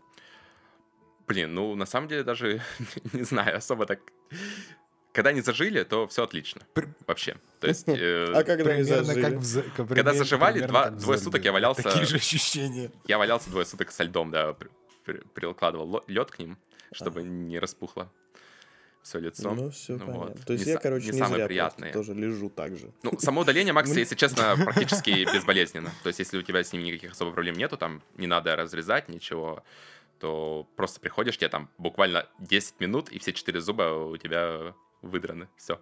Speaker 3: Блин, ну, на самом деле, даже, не знаю, особо так... Когда они зажили, то все отлично. Вообще. То есть...
Speaker 1: А когда они
Speaker 2: Примерно
Speaker 1: зажили?
Speaker 2: как
Speaker 3: Когда заживали,
Speaker 2: примерно как в
Speaker 3: двое
Speaker 2: зомби.
Speaker 3: суток я валялся...
Speaker 2: Такие же ощущения.
Speaker 3: Я валялся 2 суток со льдом, да, прикладывал лед к ним, чтобы не распухло все лицо.
Speaker 1: Ну, все
Speaker 3: Вот.
Speaker 1: понятно. То есть
Speaker 3: Не
Speaker 1: я,
Speaker 3: са-
Speaker 1: короче,
Speaker 3: не
Speaker 1: не
Speaker 3: самые
Speaker 1: зря
Speaker 3: приятные.
Speaker 1: просто тоже лежу так же.
Speaker 3: Ну, само удаление, Макс, если честно, практически безболезненно. То есть, если у тебя с ним никаких особо проблем нету, там не надо разрезать ничего, то просто приходишь, тебе там буквально 10 минут, и все 4 зуба у тебя выдраны. Все.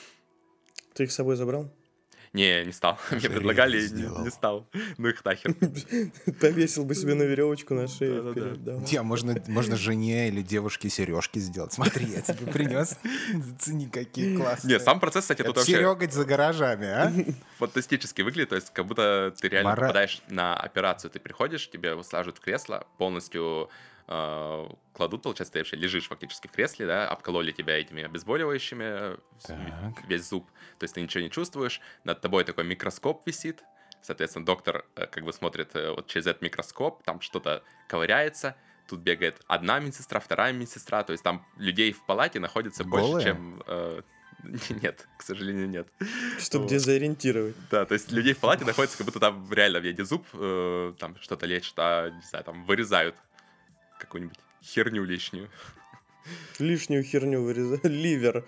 Speaker 1: Ты их с собой забрал?
Speaker 3: Не стал. Мне
Speaker 2: Ожерелье
Speaker 3: предлагали,
Speaker 2: сделал.
Speaker 3: не стал. Ну их нахер.
Speaker 1: Повесил бы себе на веревочку на шею.
Speaker 3: Да-да-да.
Speaker 1: вперед, давай.
Speaker 2: Не, можно жене или девушке сережки сделать. Смотри, я тебе принес. Зацени, какие классные.
Speaker 3: Не, сам процесс, кстати, тут вообще
Speaker 2: Серегать за гаражами, а?
Speaker 3: фантастически выглядит. То есть, как будто ты реально
Speaker 2: Мара-
Speaker 3: попадаешь на операцию. Ты приходишь, тебе усаживают в кресло, полностью кладут, получается, ты вообще лежишь фактически в кресле, да, обкололи тебя этими обезболивающими,
Speaker 2: Так.
Speaker 3: весь зуб, то есть ты ничего не чувствуешь, над тобой такой микроскоп висит, соответственно, доктор как бы смотрит вот через этот микроскоп, там что-то ковыряется, тут бегает одна медсестра, вторая медсестра, то есть там людей в палате находится больше,
Speaker 2: Голые?
Speaker 3: чем... Нет, к сожалению, нет.
Speaker 1: Чтобы
Speaker 3: Вот.
Speaker 1: дезориентировать.
Speaker 3: Да, то есть людей в палате находится, как будто там реально в виде зуб там что-то лечат, а, не знаю, там вырезают какую-нибудь херню лишнюю.
Speaker 1: Лишнюю херню вырезать. Ливер.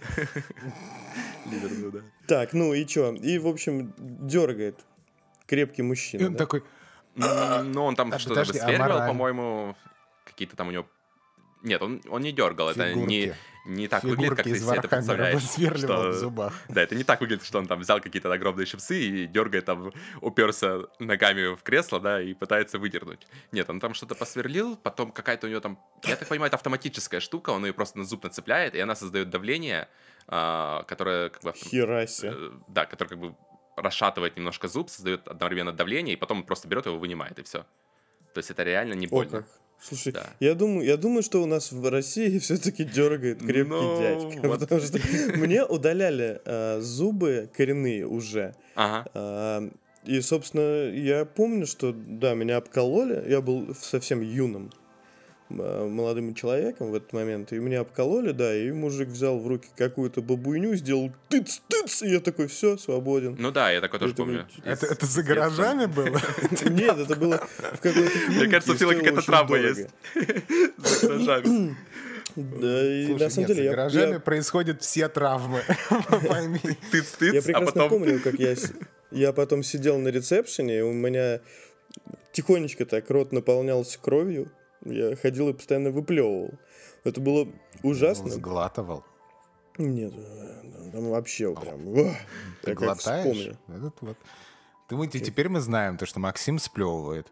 Speaker 3: Ливер, ну да.
Speaker 1: Так, ну и чё? И, в общем, дергает. Крепкий
Speaker 2: И
Speaker 1: мужчина.
Speaker 2: он
Speaker 1: да?
Speaker 2: такой,
Speaker 3: Ну, он там
Speaker 2: А,
Speaker 3: что-то
Speaker 2: подожди, а
Speaker 3: высверливал,
Speaker 2: мораль?
Speaker 3: по-моему, какие-то там у него... Нет, он не дергал, это
Speaker 2: Фигурки.
Speaker 3: не так выглядит, как
Speaker 2: Фигурки
Speaker 3: ты
Speaker 2: из
Speaker 3: себе это
Speaker 2: Вархаммера
Speaker 3: представляешь.
Speaker 2: высверливал в
Speaker 3: Что...
Speaker 2: зубах.
Speaker 3: Да, это не так выглядит, что он там взял какие-то огромные щипцы и дергает там, уперся ногами в кресло, да, и пытается выдернуть. Нет, он там что-то посверлил, потом какая-то у него там, я так понимаю, это автоматическая штука, он ее просто на зуб нацепляет, и она создает давление, которое как бы...
Speaker 1: Хераси.
Speaker 3: Да, которое как бы расшатывает немножко зуб, создает одновременно давление, и потом просто берет его, вынимает, и все. То есть это реально не
Speaker 1: О,
Speaker 3: больно.
Speaker 1: как. Слушай,
Speaker 3: Да.
Speaker 1: я думаю, что у нас в России все-таки дергает крепкий
Speaker 3: Ну,
Speaker 1: дядька.
Speaker 3: вот.
Speaker 1: Потому что мне удаляли зубы коренные уже.
Speaker 3: Ага.
Speaker 1: И, собственно, я помню, что, да, меня обкололи. Я был совсем юным молодым человеком в этот момент. И меня обкололи, да, и мужик взял в руки какую-то бабуйню, сделал тыц-тыц, и я такой, все, свободен.
Speaker 3: Ну да, я такое тоже
Speaker 1: Это
Speaker 3: помню.
Speaker 1: вот-
Speaker 2: Это за гаражами было?
Speaker 1: Нет, это было в какой-то клинике.
Speaker 3: Мне кажется, у Фила
Speaker 1: стоило
Speaker 3: какая-то
Speaker 1: очень
Speaker 3: травма
Speaker 1: дорого.
Speaker 3: есть. За гаражами.
Speaker 1: Да, и
Speaker 2: Слушай,
Speaker 1: на самом
Speaker 2: нет,
Speaker 1: деле
Speaker 2: за гаражами происходят все травмы. Пойми.
Speaker 1: я
Speaker 3: Тыц-тыц, а
Speaker 1: прекрасно
Speaker 3: потом...
Speaker 1: помню, как я потом сидел на ресепшене, и у меня тихонечко так рот наполнялся кровью. Я ходил и постоянно выплевывал. Это было ужасно.
Speaker 2: Сглатывал.
Speaker 1: Нет, там вообще прям... Я
Speaker 2: Ты
Speaker 1: как
Speaker 2: глотаешь?
Speaker 1: вспомню.
Speaker 2: Этот вот. Теперь мы знаем, то, что Максим сплевывает.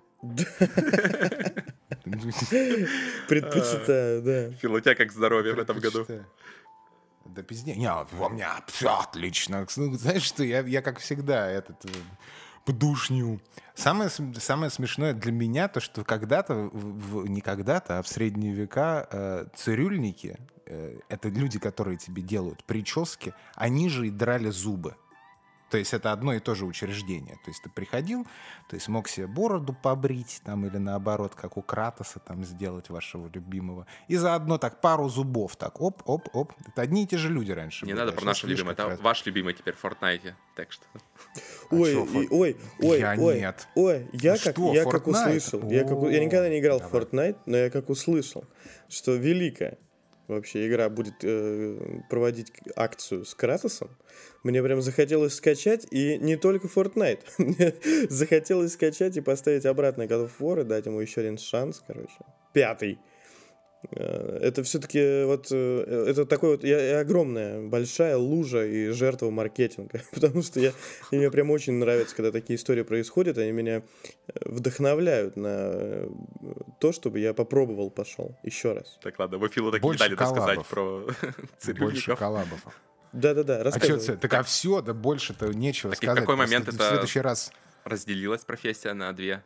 Speaker 1: Предпочитаю, да.
Speaker 3: Фил, у тебя как здоровье в этом году?
Speaker 2: Да пиздец. Не, у меня все отлично. Ну, знаешь что, я как всегда подушню. Самое смешное для меня то, что когда-то, не когда-то, а в средние века цирюльники, это люди, которые тебе делают прически, они же и драли зубы. То есть это одно и то же учреждение. То есть ты приходил, то есть мог себе бороду побрить, там, или наоборот, как у Кратоса там сделать вашего любимого. И заодно так пару зубов, так оп-оп-оп. Это одни и те же люди раньше
Speaker 3: Не
Speaker 2: были.
Speaker 3: надо
Speaker 2: А
Speaker 3: про
Speaker 2: сейчас,
Speaker 3: нашу
Speaker 2: видишь,
Speaker 3: любимую,
Speaker 2: как
Speaker 3: это
Speaker 2: раз-
Speaker 3: ваш любимый теперь в Fortnite, так что...
Speaker 1: Ой,
Speaker 2: чё,
Speaker 1: ой,
Speaker 2: Я
Speaker 1: ой,
Speaker 2: нет.
Speaker 1: ой, я как
Speaker 2: Fortnite?
Speaker 1: услышал, я никогда не играл в
Speaker 2: Давай.
Speaker 1: Fortnite, но я как услышал, что великая вообще игра будет проводить акцию с Кратосом, мне прям захотелось скачать, и не только Fortnite, мне захотелось скачать и поставить обратно God of War и дать ему еще один шанс, короче, 5-й. Это все-таки вот это такой вот огромная, большая лужа и жертва маркетинга, потому что мне прям очень нравится, когда такие истории происходят, они меня вдохновляют на то, чтобы я попробовал, пошел еще раз.
Speaker 3: Так, ладно, вы Филу так и не
Speaker 2: Больше
Speaker 3: дали досказать
Speaker 2: коллабов.
Speaker 3: про
Speaker 2: Больше
Speaker 3: цирюльников.
Speaker 2: коллабов.
Speaker 1: Да-да-да,
Speaker 2: А
Speaker 1: рассказывай.
Speaker 2: что, так все, да больше-то нечего
Speaker 3: Так и в
Speaker 2: сказать.
Speaker 3: какой
Speaker 2: Просто
Speaker 3: момент
Speaker 2: в
Speaker 3: это-
Speaker 2: следующий раз...
Speaker 3: Разделилась профессия на две.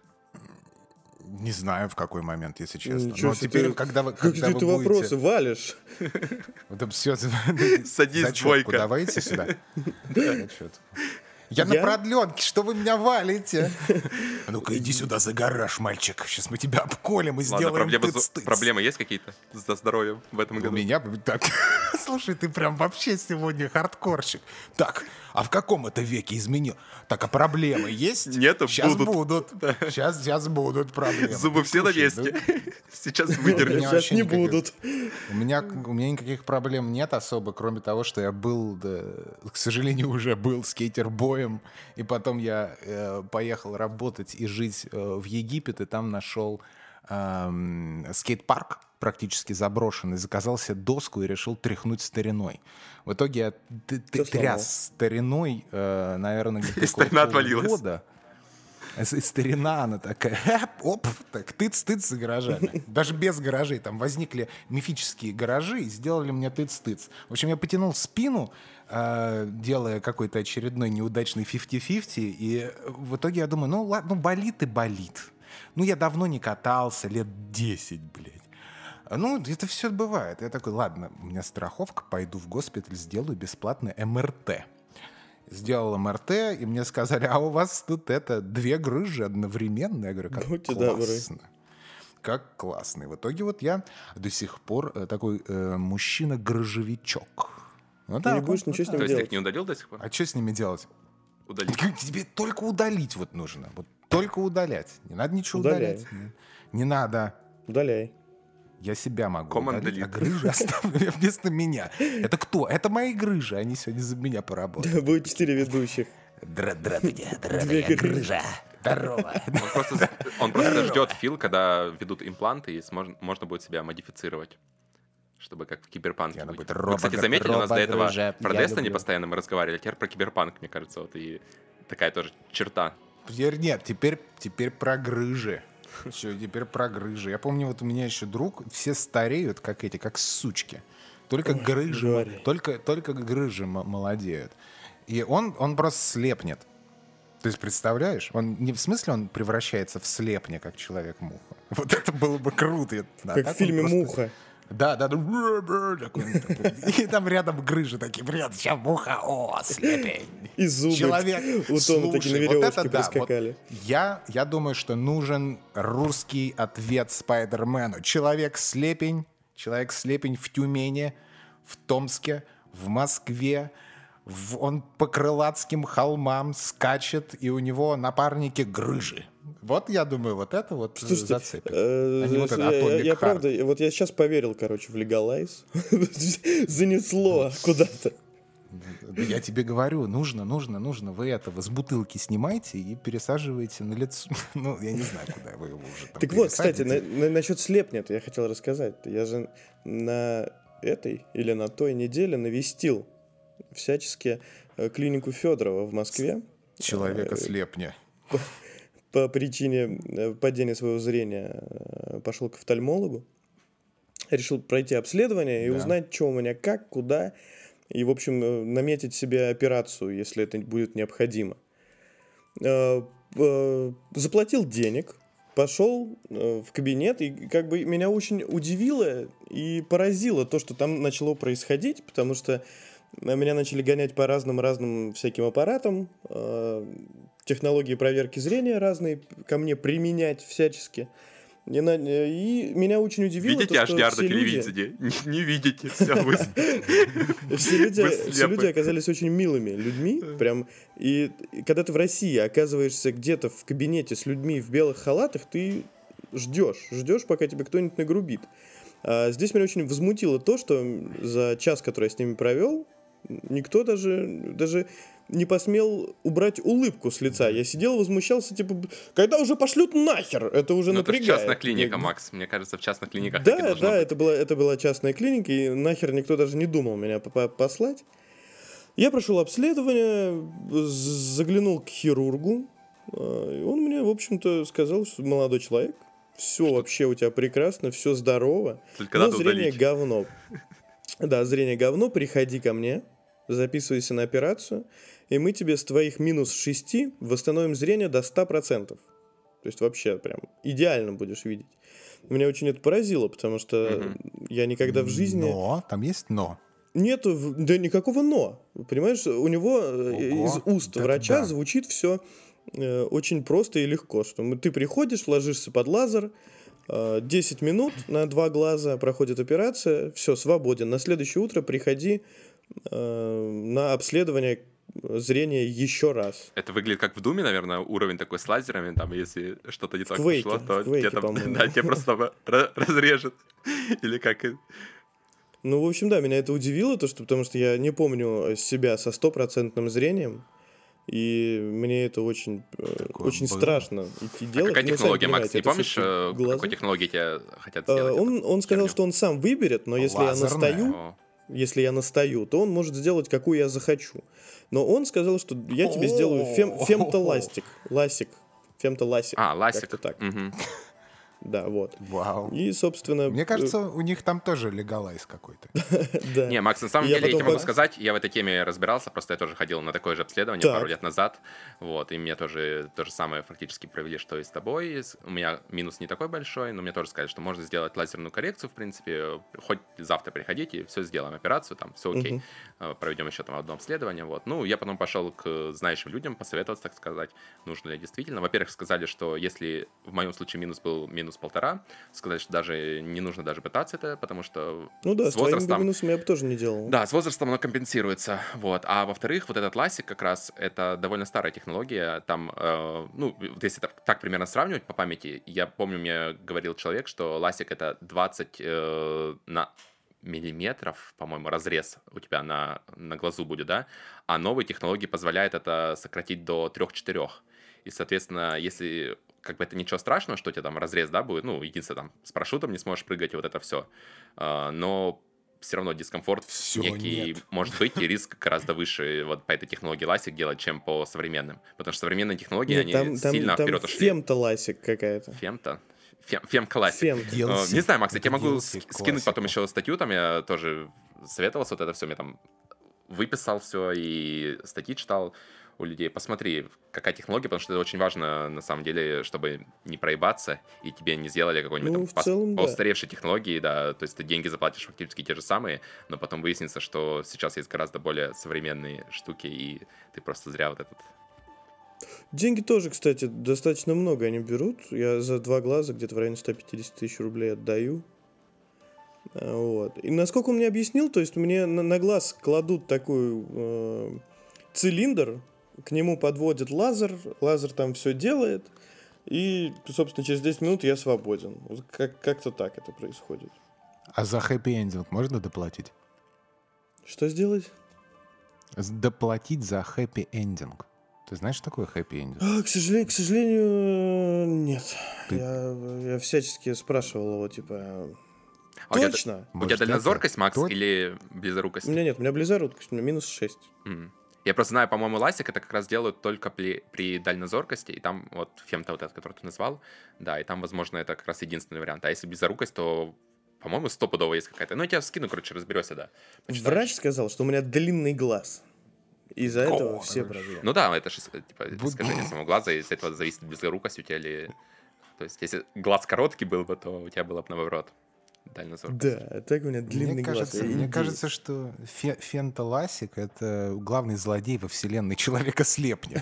Speaker 2: Не знаю, в какой момент, если честно.
Speaker 1: Ничего
Speaker 2: Но
Speaker 1: себе,
Speaker 2: теперь,
Speaker 1: ты-
Speaker 2: когда вы
Speaker 1: Как ты
Speaker 2: будете...
Speaker 1: вопросы валишь?
Speaker 2: Вот это все...
Speaker 3: Садись,
Speaker 2: Зачетку
Speaker 3: двойка.
Speaker 2: давайте сюда. Зачет. Я на
Speaker 1: Я?
Speaker 2: продленке, что вы меня валите? А ну-ка, иди сюда за гараж, мальчик. Сейчас мы тебя обколем и
Speaker 3: Ладно,
Speaker 2: сделаем
Speaker 3: проблемы, проблемы есть какие-то со здоровьем в этом
Speaker 2: У
Speaker 3: году?
Speaker 2: меня так. Слушай, ты прям вообще сегодня хардкорщик. Так, а в каком это веке изменил? Так, а проблемы есть?
Speaker 3: Нету,
Speaker 2: Сейчас
Speaker 3: будут.
Speaker 2: будут. Сейчас будут проблемы.
Speaker 3: Зубы все на
Speaker 2: Слушай,
Speaker 3: месте. Сейчас
Speaker 2: меня
Speaker 3: выдернешь.
Speaker 1: Сейчас
Speaker 2: вообще
Speaker 1: не
Speaker 2: никаких-
Speaker 1: будут.
Speaker 2: У меня никаких проблем нет особо, кроме того, что я был, да, к сожалению, уже был скейтер-боем, и потом я поехал работать и жить в Египет, и там нашел скейт-парк практически заброшенный, заказал себе доску и решил тряхнуть стариной. В итоге я
Speaker 1: Что
Speaker 2: тряс стариной, наверное, где-то
Speaker 3: старина
Speaker 2: около
Speaker 3: отвалилась.
Speaker 2: полгода. И старина, она такая, оп, так, тыц-тыц за гаражами. Даже без гаражей. Там возникли мифические гаражи и сделали мне тыц-тыц. В общем, я потянул спину, делая какой-то очередной неудачный 50-50, и в итоге я думаю, ну ладно, ну болит и болит. Ну я давно не катался, лет 10, блядь. Ну, это все бывает. Я такой, ладно, у меня страховка, пойду в госпиталь, сделаю бесплатный МРТ. Сделал МРТ, и мне сказали, а у вас тут 2 грыжи одновременно. Я говорю, как
Speaker 1: Будьте добры.
Speaker 2: классно. Как классно. И в итоге вот я до сих пор такой мужчина-грыжевичок. Вот
Speaker 1: Ты не
Speaker 2: так
Speaker 1: будешь
Speaker 2: вот,
Speaker 1: ничего
Speaker 2: вот
Speaker 1: с
Speaker 3: То
Speaker 1: ним
Speaker 3: есть ты
Speaker 1: делать.
Speaker 3: их не удалил до сих пор?
Speaker 2: так. А что с ними делать?
Speaker 3: Удалить.
Speaker 2: Тебе только удалить вот нужно. Вот только удалять. Не надо ничего
Speaker 1: Удаляй.
Speaker 2: удалять. Не надо.
Speaker 1: Удаляй.
Speaker 2: Я себя могу
Speaker 3: Command
Speaker 2: удалить, а
Speaker 3: delete.
Speaker 2: грыжи оставлю вместо меня. Это кто? Это мои грыжи. Они сегодня за меня поработали.
Speaker 1: Будет 4 ведущих.
Speaker 2: Здравствуйте, грыжа. Здорово.
Speaker 3: Он просто ждет, Фил, когда ведут импланты, и можно будет себя модифицировать. чтобы как в Киберпанке
Speaker 2: Она
Speaker 3: будет.
Speaker 2: будет
Speaker 3: Вы, кстати, заметили, у нас до этого
Speaker 2: робогрыжа.
Speaker 3: про
Speaker 2: Я
Speaker 3: Destiny
Speaker 2: люблю.
Speaker 3: постоянно мы разговаривали, а теперь про Киберпанк, мне кажется, вот и такая тоже черта.
Speaker 2: Теперь нет, теперь про грыжи. Всё, теперь про грыжи. Я помню, вот у меня еще друг, все стареют, как сучки. Только грыжи,
Speaker 1: говори.
Speaker 2: только грыжи молодеют. И он просто слепнет. То есть, представляешь, он не в смысле он превращается в слепня, как человек-муха. Вот это было бы круто. А
Speaker 1: Как
Speaker 2: так
Speaker 1: в фильме
Speaker 2: он просто-
Speaker 1: «Муха».
Speaker 2: Да. И там рядом грыжи такие, привет, сейчас муха, о, слепень.
Speaker 1: И зубы
Speaker 2: Человек,
Speaker 1: у Тома такие на
Speaker 2: слушай, вот
Speaker 1: веревочке
Speaker 2: это да, вот
Speaker 1: проскакали.
Speaker 2: я думаю, что нужен русский ответ Спайдермену. Человек-слепень в Тюмени, в Томске, в Москве. Он по крылатским холмам скачет, и у него напарники грыжи. Вот я думаю, вот это вот зацепит. А не вот это Atomic
Speaker 1: я
Speaker 2: Heart.
Speaker 1: правда, вот я сейчас поверил, короче, в Legalize. Занесло куда-то.
Speaker 2: Я тебе говорю, нужно. Вы с бутылки снимайте и пересаживаете на лицо. Ну, я не знаю, куда вы его уже там
Speaker 1: Так вот, кстати,
Speaker 2: пересадите.
Speaker 1: насчет слепня-то я хотел рассказать. Я же на этой или на той неделе навестил всячески клинику Федорова в Москве
Speaker 2: Человека слепня.
Speaker 1: по причине падения своего зрения. Пошел к офтальмологу, решил пройти обследование и
Speaker 2: Да.
Speaker 1: узнать, что у меня, как, куда, и, в общем, наметить себе операцию, если это будет необходимо. Заплатил денег, пошел в кабинет, и как бы меня очень удивило и поразило то, что там начало происходить, потому что меня начали гонять по разным всяким аппаратам, технологии проверки зрения разные ко мне применять всячески. И меня очень удивило
Speaker 3: Видите
Speaker 1: то, что
Speaker 3: HDR
Speaker 1: все
Speaker 3: на
Speaker 1: люди...
Speaker 3: телевизоре? Не видите, все, вы
Speaker 1: Все
Speaker 3: Вы
Speaker 1: люди
Speaker 3: слепы.
Speaker 1: оказались очень милыми людьми, прям. И когда ты в России оказываешься где-то в кабинете с людьми в белых халатах, ты ждешь, пока тебе кто-нибудь нагрубит. А здесь меня очень возмутило то, что за час, который я с ними провел, никто даже не посмел убрать улыбку с лица. Я сидел, возмущался, типа, когда уже пошлют нахер? Это уже
Speaker 3: Ну, это же
Speaker 1: напрягает.
Speaker 3: частная клиника, Макс. Мне кажется, в частных клиниках так и
Speaker 1: Да,
Speaker 3: должно
Speaker 1: да,
Speaker 3: быть.
Speaker 1: это была частная клиника, и нахер никто даже не думал меня послать. Я прошел обследование, заглянул к хирургу, и он мне, в общем-то, сказал, что молодой человек, все вообще у тебя прекрасно, все здорово,
Speaker 3: Только
Speaker 1: но
Speaker 3: надо
Speaker 1: зрение
Speaker 3: удалить.
Speaker 1: говно. Да, зрение говно, приходи ко мне, записывайся на операцию, и мы тебе с твоих минус 6 восстановим зрение до 100%. То есть вообще прям идеально будешь видеть. Меня очень это поразило, потому что я никогда в жизни...
Speaker 2: Но, там есть но.
Speaker 1: Нету, да никакого «но». Понимаешь, у него из уст
Speaker 2: это
Speaker 1: врача
Speaker 2: да.
Speaker 1: звучит все очень просто и легко. Что ты приходишь, ложишься под лазер, 10 минут на 2 глаза проходит операция, все, свободен. На следующее утро приходи на обследование зрения еще раз.
Speaker 3: Это выглядит как в Думе, наверное, уровень такой с лазерами, там, если что-то не так
Speaker 1: Quake,
Speaker 3: пошло, то
Speaker 1: в Quake,
Speaker 3: тебе там,
Speaker 1: по-моему.
Speaker 3: да, тебе просто разрежет. Или как...
Speaker 1: Ну, в общем, да, меня это удивило, потому что я не помню себя со 100% зрением, и мне это очень
Speaker 2: было.
Speaker 1: страшно идти делать.
Speaker 3: Какая
Speaker 1: Ну, сами
Speaker 3: технология, Макс?
Speaker 1: понимаете,
Speaker 3: Не
Speaker 1: это
Speaker 3: помнишь,
Speaker 1: всё-таки глаза.
Speaker 3: какой технологии тебе хотят сделать?
Speaker 1: Он сказал,
Speaker 3: херню?
Speaker 1: что он сам выберет, но если я
Speaker 2: Лазерная.
Speaker 1: настаю,
Speaker 3: О,
Speaker 1: если я настаю, то он может сделать, какую я захочу. Но он сказал, что я тебе сделаю фемтоластик. Фемтоласик.
Speaker 3: А, ласик.
Speaker 1: Как-то так.
Speaker 3: Мгм.
Speaker 1: Да, вот.
Speaker 2: Вау.
Speaker 1: И, собственно...
Speaker 2: Мне кажется, у них там тоже легалайз какой-то.
Speaker 1: да.
Speaker 3: Не, Макс, на самом
Speaker 1: Я
Speaker 3: деле, я
Speaker 1: потом
Speaker 3: тебе могу
Speaker 1: по-
Speaker 3: сказать, я в этой теме разбирался, просто я тоже ходил на такое же обследование
Speaker 1: Так.
Speaker 3: пару лет назад, вот, и мне тоже то же самое фактически провели, что и с тобой. У меня минус не такой большой, но мне тоже сказали, что можно сделать лазерную коррекцию, в принципе, хоть завтра приходите, и все сделаем операцию, там, все окей, проведем еще там одно обследование, вот. Ну, я потом пошел к знающим людям посоветоваться, так сказать, нужно ли действительно. Во-первых, сказали, что если в моем случае минус был минус 1,5, сказали, что даже не нужно даже пытаться это, потому что
Speaker 1: Ну да,
Speaker 3: с
Speaker 1: с твоим
Speaker 3: возрастом...
Speaker 1: минусом я бы тоже не делал.
Speaker 3: Да, с возрастом оно компенсируется. Вот. А во-вторых, вот этот ласик как раз это довольно старая технология. Там, ну, вот если так примерно сравнивать по памяти, я помню, мне говорил человек, что ласик это 20 миллиметров, по-моему, разрез у тебя на глазу будет, да? А новые технологии позволяют это сократить до 3-4. И, соответственно, если как бы это ничего страшного, что у тебя там разрез, да, будет, ну, единственное, там, с парашютом не сможешь прыгать, и вот это все. Но все равно дискомфорт
Speaker 2: Всё,
Speaker 3: некий
Speaker 2: нет.
Speaker 3: может быть, и риск гораздо выше вот по этой технологии LASIK делать, чем по современным. Потому что современные технологии,
Speaker 1: Нет,
Speaker 3: они
Speaker 1: там
Speaker 3: сильно вперед ушли.
Speaker 1: фемта ласик какая-то.
Speaker 3: Фемта? Фем-классик.
Speaker 1: Фемта.
Speaker 2: DLC.
Speaker 3: Не знаю, Макс, я
Speaker 2: Это
Speaker 3: тебе могу
Speaker 2: DLC
Speaker 3: скинуть потом
Speaker 2: классика.
Speaker 3: еще статью, там я тоже советовался, вот это все, мне там выписал все и статьи читал у людей. Посмотри, какая технология, потому что это очень важно, на самом деле, чтобы не проебаться, и тебе не сделали какой-нибудь
Speaker 1: Ну,
Speaker 3: там
Speaker 1: в целом,
Speaker 3: по
Speaker 1: да.
Speaker 3: устаревшей технологии, да, то есть ты деньги заплатишь фактически те же самые, но потом выяснится, что сейчас есть гораздо более современные штуки, и ты просто зря вот этот...
Speaker 1: Деньги тоже, кстати, достаточно много они берут. Я за 2 глаза где-то в районе 150 тысяч рублей отдаю. Вот. И насколько он мне объяснил, то есть мне на глаз кладут такой цилиндр, к нему подводят лазер там все делает, и, собственно, через 10 минут я свободен. Вот как-то так это происходит.
Speaker 2: А за хэппи-эндинг можно доплатить?
Speaker 1: Что сделать?
Speaker 2: Доплатить за хэппи-эндинг. Ты знаешь, что такое хэппи-эндинг?
Speaker 1: К сожалению, нет.
Speaker 2: Ты-
Speaker 1: Я всячески спрашивал его, типа...
Speaker 3: А у тебя-
Speaker 1: Точно?
Speaker 3: У тебя
Speaker 2: Может,
Speaker 3: дальнозоркость,
Speaker 2: это
Speaker 3: Макс,
Speaker 2: тот-
Speaker 3: или
Speaker 1: У
Speaker 3: близорукость?
Speaker 1: меня нет, у меня близорукость, у меня минус 6.
Speaker 3: Я просто знаю, по-моему, ласик это как раз делают только при дальнозоркости, и там вот фемта вот этот, который ты назвал, да, и там, возможно, это как раз единственный вариант. А если близорукость, то, по-моему, стопудово есть какая-то. Ну, я тебя скину, короче, разберешься, да. Почитаешь.
Speaker 1: Врач сказал, что у меня длинный глаз. Из-за этого все проблемы.
Speaker 3: Ну да, это же типа
Speaker 2: Вот.
Speaker 3: искажение самого глаза, и из этого зависит, близорукость у тебя или... То есть, если глаз короткий был бы, то у тебя было бы наоборот дальнозоркость.
Speaker 1: Да, а так у меня длинный глаз.
Speaker 2: Мне кажется, что Фента Ласик — это главный злодей во вселенной Человека слепня.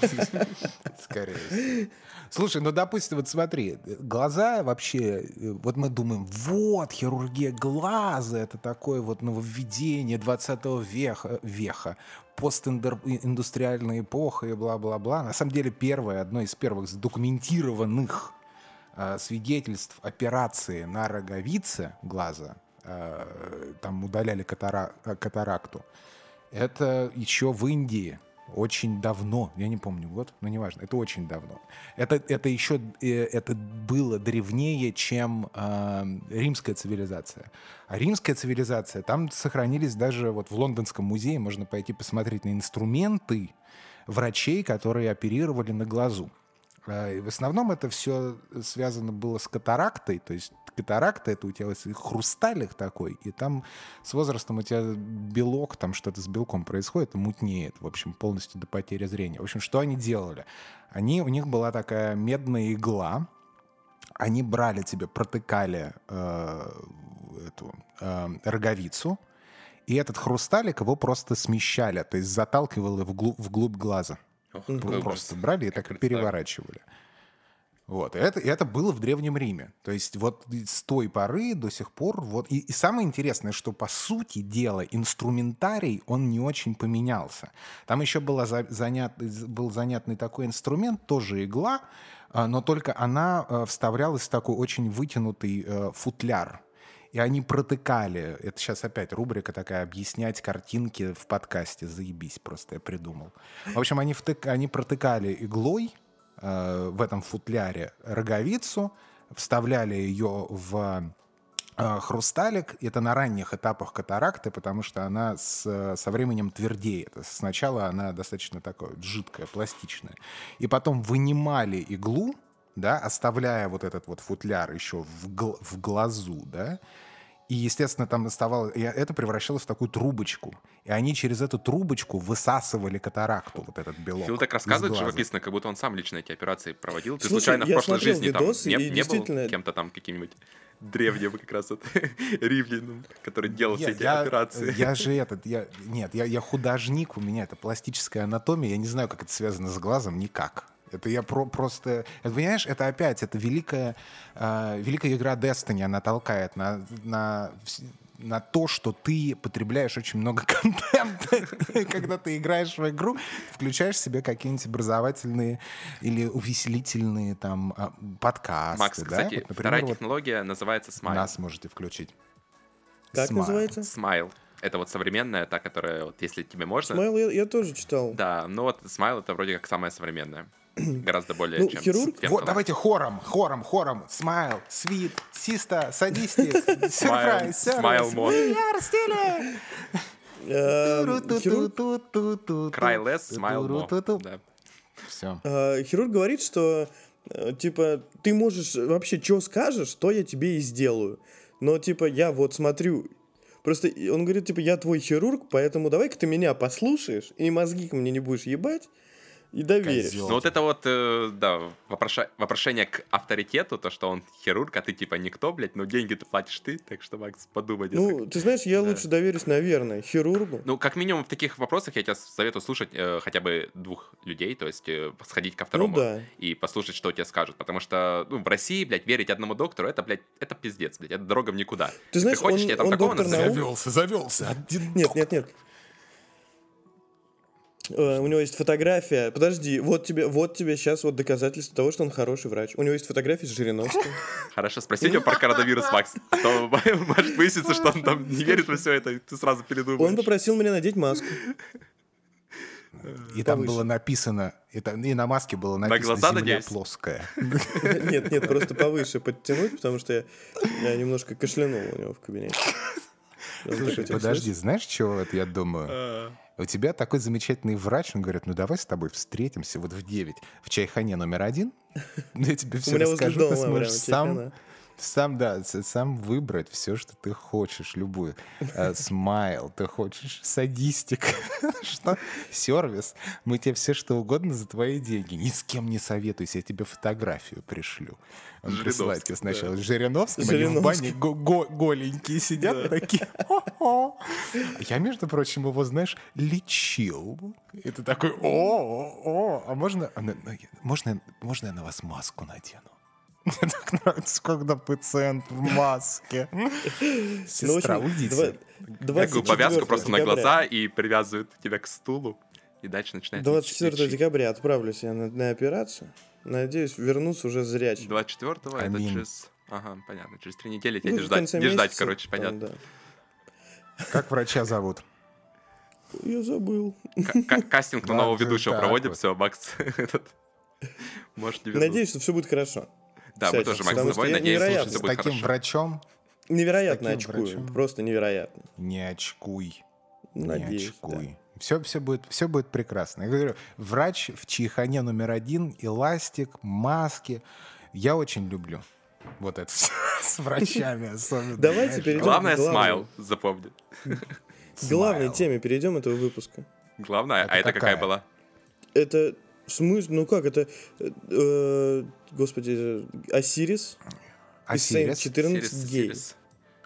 Speaker 2: Скорее. Слушай, ну, допустим, вот смотри, глаза вообще, вот мы думаем, вот, хирургия глаза, это такое вот нововведение 20 века, постиндустриальная эпоха и бла-бла-бла. На самом деле, одно из первых задокументированных свидетельств операции на роговице глаза, там удаляли катаракту, это еще в Индии очень давно, я не помню год, но неважно, это очень давно. Это еще это было древнее, чем римская цивилизация. А римская цивилизация, там сохранились даже вот в Лондонском музее, можно пойти посмотреть на инструменты врачей, которые оперировали на глазу. И в основном это все связано было с катарактой, то есть катаракта — это у тебя хрусталик такой, и там с возрастом у тебя белок, там что-то с белком происходит, и мутнеет, в общем, полностью до потери зрения. В общем, что они делали? У них была такая медная игла, они брали тебе, протыкали роговицу, и этот хрусталик его просто смещали, то есть заталкивали вглубь глаза.
Speaker 3: Ох, какой
Speaker 2: Просто
Speaker 3: ужас.
Speaker 2: брали и
Speaker 3: Я
Speaker 2: так
Speaker 3: представляю.
Speaker 2: переворачивали. Вот. И это было в Древнем Риме. То есть вот с той поры до сих пор... Вот. И самое интересное, что по сути дела инструментарий, он не очень поменялся. Там еще был занятный такой инструмент, тоже игла, но только она вставлялась в такой очень вытянутый футляр. И они протыкали, это сейчас опять рубрика такая, объяснять картинки в подкасте, заебись, просто я придумал. В общем, они протыкали иглой в этом футляре роговицу, вставляли ее в хрусталик. Это на ранних этапах катаракты, потому что она со временем твердеет. Сначала она достаточно такая жидкая, пластичная. И потом вынимали иглу, да, оставляя вот этот вот футляр еще в глазу, да, и, естественно, там это превращалось в такую трубочку. И они через эту трубочку высасывали катаракту, вот этот белок.
Speaker 3: Фил так
Speaker 2: из
Speaker 3: рассказывает
Speaker 2: глаза.
Speaker 3: живописно, как будто он сам лично эти операции проводил. Ты
Speaker 1: Слушай,
Speaker 3: случайно в
Speaker 1: я
Speaker 3: прошлой
Speaker 1: смотрел
Speaker 3: жизни там
Speaker 1: видос, и
Speaker 3: не был
Speaker 1: действительно-
Speaker 3: кем-то там каким-нибудь древним как раз вот римлянином, который делал все эти операции?
Speaker 2: Я художник, у меня это пластическая анатомия, я не знаю, как это связано с глазом, никак. Это я просто... Это, понимаешь, это опять, это великая игра Destiny, она толкает на то, что ты потребляешь очень много контента. Когда ты играешь в игру, включаешь себе какие-нибудь образовательные или увеселительные там подкасты.
Speaker 3: Макс,
Speaker 2: да?
Speaker 3: кстати,
Speaker 2: Вот, например,
Speaker 3: вторая
Speaker 2: вот
Speaker 3: технология называется Smile.
Speaker 2: нас можете включить.
Speaker 1: Как
Speaker 2: Smile.
Speaker 1: называется?
Speaker 3: Smile. Это вот современная, та, которая, вот, если тебе можно...
Speaker 1: Смайл я тоже читал.
Speaker 3: Да, ну вот Smile это вроде как самая современная. гораздо более,
Speaker 1: Ну,
Speaker 3: чем
Speaker 1: хирург-
Speaker 3: Фентона.
Speaker 2: Вот, давайте хором. Смайл, свит, систа, садистик, сюрприз,
Speaker 3: Смайл мод.
Speaker 1: Хирург
Speaker 3: Cry less, smile more. Да.
Speaker 2: Все.
Speaker 1: Хирург говорит, что типа ты можешь вообще что скажешь, то я тебе и сделаю. Но типа я вот смотрю, просто он говорит, типа я твой хирург, поэтому давай-ка ты меня послушаешь и мозги ко мне не будешь ебать и доверишь.
Speaker 2: Козёл.
Speaker 3: Ну вот это вот, да, вопрошение к авторитету, то, что он хирург, а ты типа никто, блядь, но деньги-то платишь ты, так что, Макс, подумай.
Speaker 1: Ну, ты знаешь, я
Speaker 3: Да.
Speaker 1: лучше доверюсь, наверное, хирургу.
Speaker 3: Ну, как минимум в таких вопросах я тебе советую слушать хотя бы двух людей, то есть сходить ко второму
Speaker 1: да.
Speaker 3: и послушать, что тебе скажут. Потому что, ну, в России, блядь, верить одному доктору, это, блядь, это пиздец, блядь, это дорога в никуда.
Speaker 1: Ты знаешь,
Speaker 3: приходишь,
Speaker 1: он-
Speaker 3: тебе там
Speaker 1: он
Speaker 3: такого
Speaker 1: доктор
Speaker 3: насовет.
Speaker 1: наук.
Speaker 2: Завелся.
Speaker 1: Нет. У него есть фотография. Подожди, вот тебе сейчас вот доказательство того, что он хороший врач. У него есть фотография с Жириновским.
Speaker 3: Хорошо, спроси у него про коронавирус, Макс. А то может выясниться, что он там не верит во все это, и ты сразу передумаешь.
Speaker 1: Он попросил меня надеть маску.
Speaker 2: И там
Speaker 1: повыше.
Speaker 2: было написано, и на маске было написано
Speaker 3: глаза,
Speaker 2: «Земля
Speaker 3: надеюсь?»
Speaker 2: плоская».
Speaker 1: Нет, просто повыше подтянуть, потому что я немножко кашлянул у него в кабинете. Он
Speaker 2: Слушай,
Speaker 1: такой, типа,
Speaker 2: подожди,
Speaker 1: «Слышишь?»
Speaker 2: знаешь, чего вот я думаю? У тебя такой замечательный врач, он говорит, ну давай с тобой встретимся вот в 9 в чайхане номер 1. Я тебе все
Speaker 1: меня возле
Speaker 2: расскажу, ты
Speaker 1: дома
Speaker 2: сможешь
Speaker 1: прямо чайхана.
Speaker 2: сам выбрать все, что ты хочешь, любую. Смайл, ты хочешь садистик, что? Сервис. Мы тебе все что угодно за твои деньги. Ни с кем не советуйся, я тебе фотографию пришлю. Он присылает тебе сначала с Жириновским, они в бане голенькие сидят такие. «Хо-хо». Я, между прочим, его, знаешь, лечил. И ты такой, а можно я на вас маску надену? Мне так нравится, когда пациент в маске.
Speaker 1: Ну, в
Speaker 2: Сестра,
Speaker 1: общем,
Speaker 2: уйдите.
Speaker 3: Такую повязку просто на
Speaker 1: декабря.
Speaker 3: глаза и привязывают тебя к стулу. И дальше начинается
Speaker 1: 24
Speaker 3: лечить.
Speaker 1: декабря отправлюсь я на операцию. Надеюсь, вернуться уже зрячим.
Speaker 3: 24-го это
Speaker 2: Аминь.
Speaker 3: через... Ага, понятно. Через 3 недели тебе
Speaker 1: Ну,
Speaker 3: не
Speaker 1: в
Speaker 3: ждать,
Speaker 1: конце
Speaker 3: не ждать,
Speaker 1: месяца,
Speaker 3: короче,
Speaker 1: там,
Speaker 3: понятно.
Speaker 1: да.
Speaker 2: Как врача зовут?
Speaker 1: Я забыл.
Speaker 3: Кастинг на
Speaker 2: Да,
Speaker 3: нового
Speaker 2: вот
Speaker 3: ведущего
Speaker 2: так
Speaker 3: проводим,
Speaker 2: вот.
Speaker 3: все, Макс этот может не вернуться.
Speaker 1: Надеюсь, что все будет хорошо.
Speaker 3: Да, мы
Speaker 1: Сядь,
Speaker 3: тоже, Макс, с
Speaker 1: потому
Speaker 3: тобой
Speaker 1: что я
Speaker 3: надеемся,
Speaker 1: невероятно.
Speaker 3: что
Speaker 2: С
Speaker 3: все будет
Speaker 2: таким
Speaker 3: хорошо.
Speaker 2: врачом
Speaker 1: Невероятно
Speaker 2: С таким
Speaker 1: очкую.
Speaker 2: врачом.
Speaker 1: Просто невероятно.
Speaker 2: не очкуй. Не
Speaker 1: Надеюсь,
Speaker 2: очкуй. Все будет прекрасно. Я говорю, врач в чайхане номер 1, эластик, маски. Я очень люблю вот это всё с врачами особенно.
Speaker 1: Давайте
Speaker 2: знаешь.
Speaker 1: перейдем
Speaker 3: Главное,
Speaker 1: к главному.
Speaker 3: смайл, запомни.
Speaker 1: К главной теме перейдем этого выпуска.
Speaker 3: Главное,
Speaker 2: Это
Speaker 3: а это какая
Speaker 2: какая?
Speaker 3: была?
Speaker 1: Это в смысле, ну как это, господи, Осирис из Saint
Speaker 2: Осирис.
Speaker 1: 14 гей.
Speaker 3: Сирис.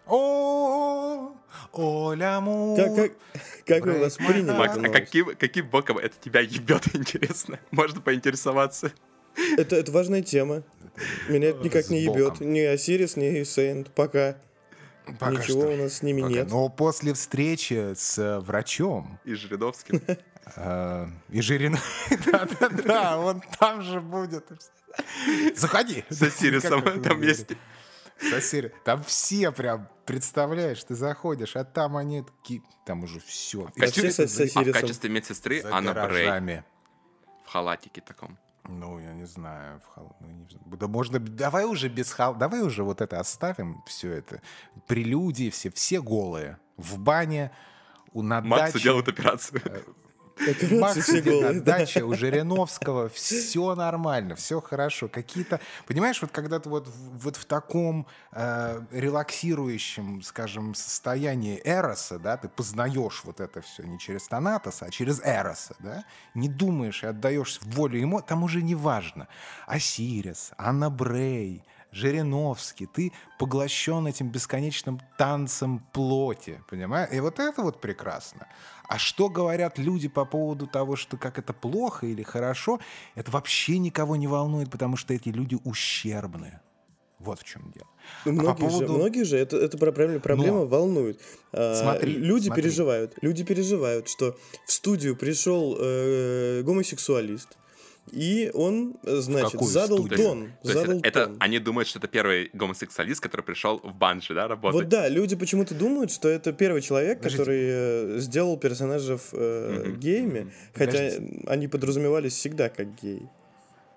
Speaker 2: О, ляму.
Speaker 1: Как вы восприняли
Speaker 3: Макс,
Speaker 1: эту
Speaker 3: а
Speaker 1: новость?
Speaker 3: каким боком это тебя ебет, интересно? Можно поинтересоваться?
Speaker 1: Это важная тема. Меня это никак не
Speaker 2: С боком.
Speaker 1: ебет. Ни Осирис, ни Сейнт. Пока.
Speaker 2: Пока
Speaker 1: Ничего
Speaker 2: что.
Speaker 1: у нас с ними
Speaker 2: Пока.
Speaker 1: нет.
Speaker 2: Но после встречи с врачом
Speaker 3: И Жириновским.
Speaker 2: и Жирин... Да, он там же будет. Заходи.
Speaker 3: Со Сирисом
Speaker 2: Как
Speaker 3: там
Speaker 2: вы
Speaker 3: есть.
Speaker 2: Сосири. Там все прям, представляешь, ты заходишь, а там они такие, там уже все.
Speaker 1: Да все со
Speaker 3: А в
Speaker 1: Сирисом.
Speaker 3: качестве медсестры Анна Брей в халатике таком.
Speaker 2: Ну, я не знаю. Ну, не знаю. Да можно... Давай уже без давай уже вот это оставим, все это. Прелюдии, все голые. В бане, на
Speaker 3: Максу
Speaker 2: даче.
Speaker 3: делают операцию.
Speaker 1: Операции
Speaker 2: Макс
Speaker 1: все
Speaker 2: сидит на
Speaker 1: голые. да.
Speaker 2: даче у Жириновского, все нормально, все хорошо. Какие-то, понимаешь, вот когда ты вот в таком релаксирующем, скажем, состоянии эроса, да, ты познаешь вот это все не через Танатоса, а через эроса, да, не думаешь и отдаешь волю ему, там уже не важно. Осирис, Анна Брей, Жириновский, ты поглощен этим бесконечным танцем плоти, понимаешь? И вот это вот прекрасно. А что говорят люди по поводу того, что как это плохо или хорошо, это вообще никого не волнует, потому что эти люди ущербные. Вот в чем дело.
Speaker 1: Многих же это проблема
Speaker 2: Но.
Speaker 1: волнует.
Speaker 2: Смотри.
Speaker 1: Люди переживают, что в студию пришел гомосексуалист, и он, значит,
Speaker 2: какую
Speaker 1: задал
Speaker 2: студию?
Speaker 1: тон.
Speaker 3: То есть
Speaker 1: задал
Speaker 3: это
Speaker 1: тон.
Speaker 3: они думают, что это первый гомосексуалист, который пришел в банджи, да, работать?
Speaker 1: Вот да, люди почему-то думают, что это первый человек,
Speaker 2: Подождите.
Speaker 1: который сделал персонажей геями, хотя
Speaker 2: Подождите.
Speaker 1: они подразумевались всегда как геи.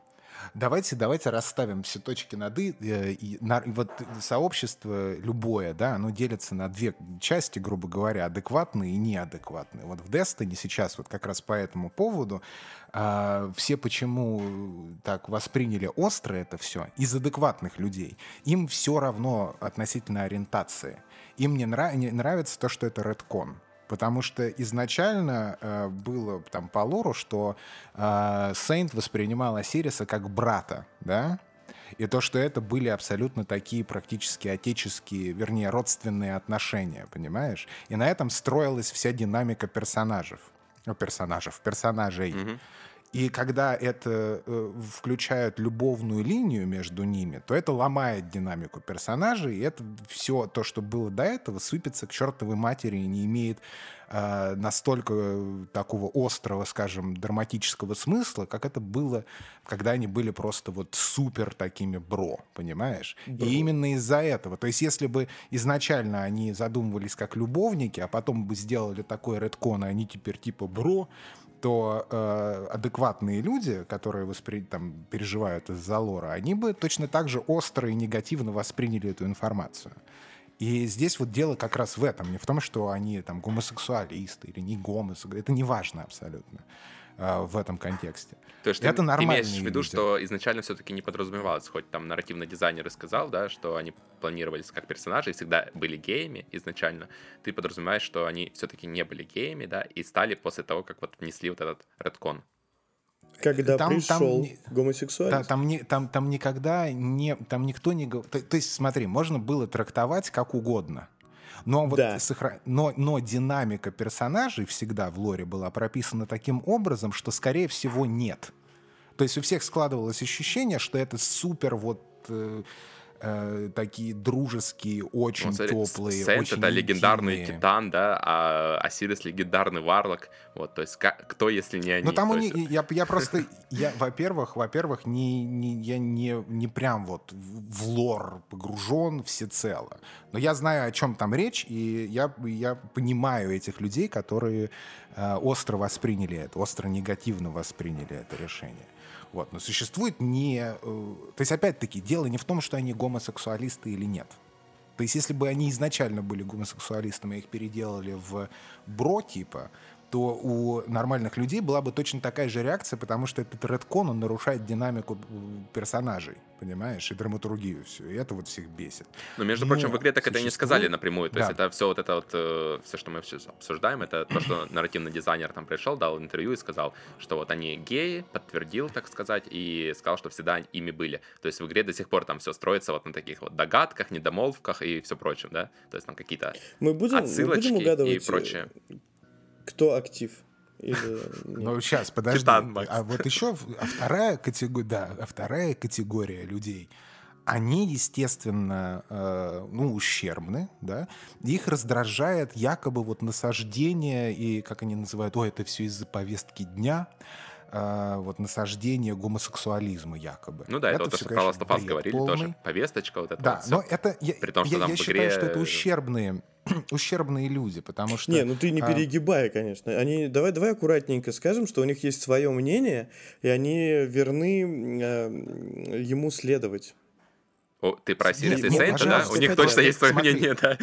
Speaker 2: давайте расставим все точки над «и». И вот сообщество любое, да, оно делится на две части, грубо говоря, адекватные и неадекватные. Вот в Destiny сейчас вот как раз по этому поводу все почему так восприняли остро это все из адекватных людей. Им все равно относительно ориентации. Им не нравится то, что это редкон. Потому что изначально было там по лору, что Сейнт воспринимал Осириса как брата, да? И то, что это были абсолютно такие практически отеческие, вернее, родственные отношения, понимаешь? И на этом строилась вся динамика персонажей. И когда это включают любовную линию между ними, то это ломает динамику персонажей, и это все то, что было до этого, сыпется к чертовой матери и не имеет настолько такого острого, скажем, драматического смысла, как это было, когда они были просто вот супер такими бро, понимаешь? Бро. И именно из-за этого. То есть если бы изначально они задумывались как любовники, а потом бы сделали такой редкон, и они теперь типа бро, то адекватные люди, которые там, переживают из-за лора, они бы точно так же остро и негативно восприняли эту информацию. И здесь вот дело как раз в этом, не в том, что они там гомосексуалисты или не гомосексуалисты, это не важно абсолютно в этом контексте.
Speaker 3: То есть это ты имеешь в виду, что изначально все-таки не подразумевалось, хоть там нарративный дизайнер и сказал, да, что они планировались как персонажи и всегда были геями изначально, ты подразумеваешь, что они все-таки не были геями, да, и стали после того, как вот внесли вот этот редкон.
Speaker 1: Когда пришел гомосексуалист.
Speaker 2: Там никогда не... Там никто не... То есть, смотри, можно было трактовать как угодно. Но, вот
Speaker 1: да.
Speaker 2: но динамика персонажей всегда в лоре была прописана таким образом, что, скорее всего, нет. То есть у всех складывалось ощущение, что это супер вот... такие дружеские, очень теплые,
Speaker 3: Сейнт
Speaker 2: очень
Speaker 3: это
Speaker 2: интимные.
Speaker 3: Легендарный титан, да, а Осирис легендарный варлок. Вот, то есть кто, если не они?
Speaker 2: Ну там
Speaker 3: есть...
Speaker 2: я просто, во-первых, я не прям вот в лор погружен всецело. Но я знаю, о чем там речь, и я понимаю этих людей, которые остро восприняли это, остро негативно восприняли это решение. Вот. Но существует не... То есть, опять-таки, дело не в том, что они гомосексуалисты или нет. То есть, если бы они изначально были гомосексуалистами, их переделали в бро, типа, то у нормальных людей была бы точно такая же реакция, потому что этот редкон, он нарушает динамику персонажей, понимаешь, и драматургию всю, и это вот всех бесит.
Speaker 3: Но, между прочим, в игре так это и не сказали напрямую, то есть это все вот это вот, все, что мы сейчас обсуждаем, это то, что нарративный дизайнер там пришел, дал интервью и сказал, что вот они геи, подтвердил, так сказать, и сказал, что всегда ими были. То есть в игре до сих пор там все строится вот на таких вот догадках, недомолвках и все прочем, да, то есть там какие-то отсылочки и прочее.
Speaker 1: Кто актив?
Speaker 2: Ну, сейчас, подожди. А вот еще вторая категория людей, они, естественно, ущербны, да, их раздражает якобы вот насаждение и, как они называют, это все из-за повестки дня, вот насаждение гомосексуализма якобы.
Speaker 3: Ну да, это вот то, что про Last of Us говорили
Speaker 2: полный.
Speaker 3: тоже, повесточка вот это.
Speaker 2: Да,
Speaker 3: вот
Speaker 2: но это,
Speaker 3: при том, что
Speaker 2: я
Speaker 3: там в игре...
Speaker 2: считаю, что это ущербные люди, потому что...
Speaker 1: Не, ну ты не перегибай, конечно. Давай аккуратненько скажем, что у них есть свое мнение, и они верны ему следовать.
Speaker 3: Ты про Осириса и Сейнта, да? У них точно есть свое мнение, да.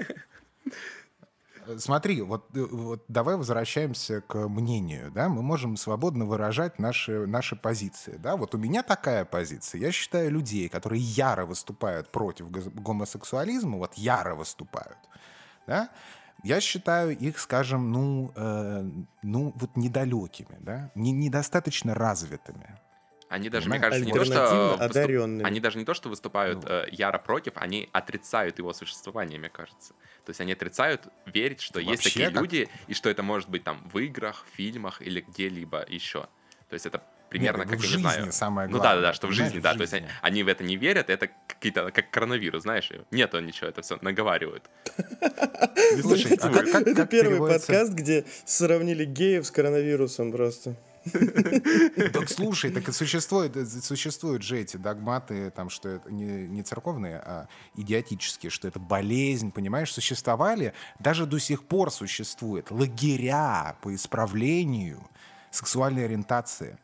Speaker 2: Смотри, вот давай возвращаемся к мнению, да, мы можем свободно выражать наши позиции, да, вот у меня такая позиция, я считаю людей, которые яро выступают против гомосексуализма, вот яро выступают, да, я считаю их, скажем, вот недалекими, да, недостаточно развитыми.
Speaker 3: Они даже, мне кажется, они даже не то, что выступают яро против, они отрицают его существование, мне кажется. То есть они отрицают верить, что есть такие люди, и что это может быть там в играх, в фильмах или где-либо еще. То есть это примерно, как я не знаю.
Speaker 2: Самое
Speaker 3: главное. Ну да, что в жизни, да. То есть они в это не верят, это какие-то, как коронавирус, знаешь, нету ничего, это все наговаривают.
Speaker 2: Слушай,
Speaker 1: это первый подкаст, где сравнили геев с коронавирусом просто.
Speaker 2: Так слушай, так и существуют же эти догматы, там, что это не церковные, а идиотические, что это болезнь, понимаешь, существовали, даже до сих пор существуют лагеря по исправлению сексуальной ориентации.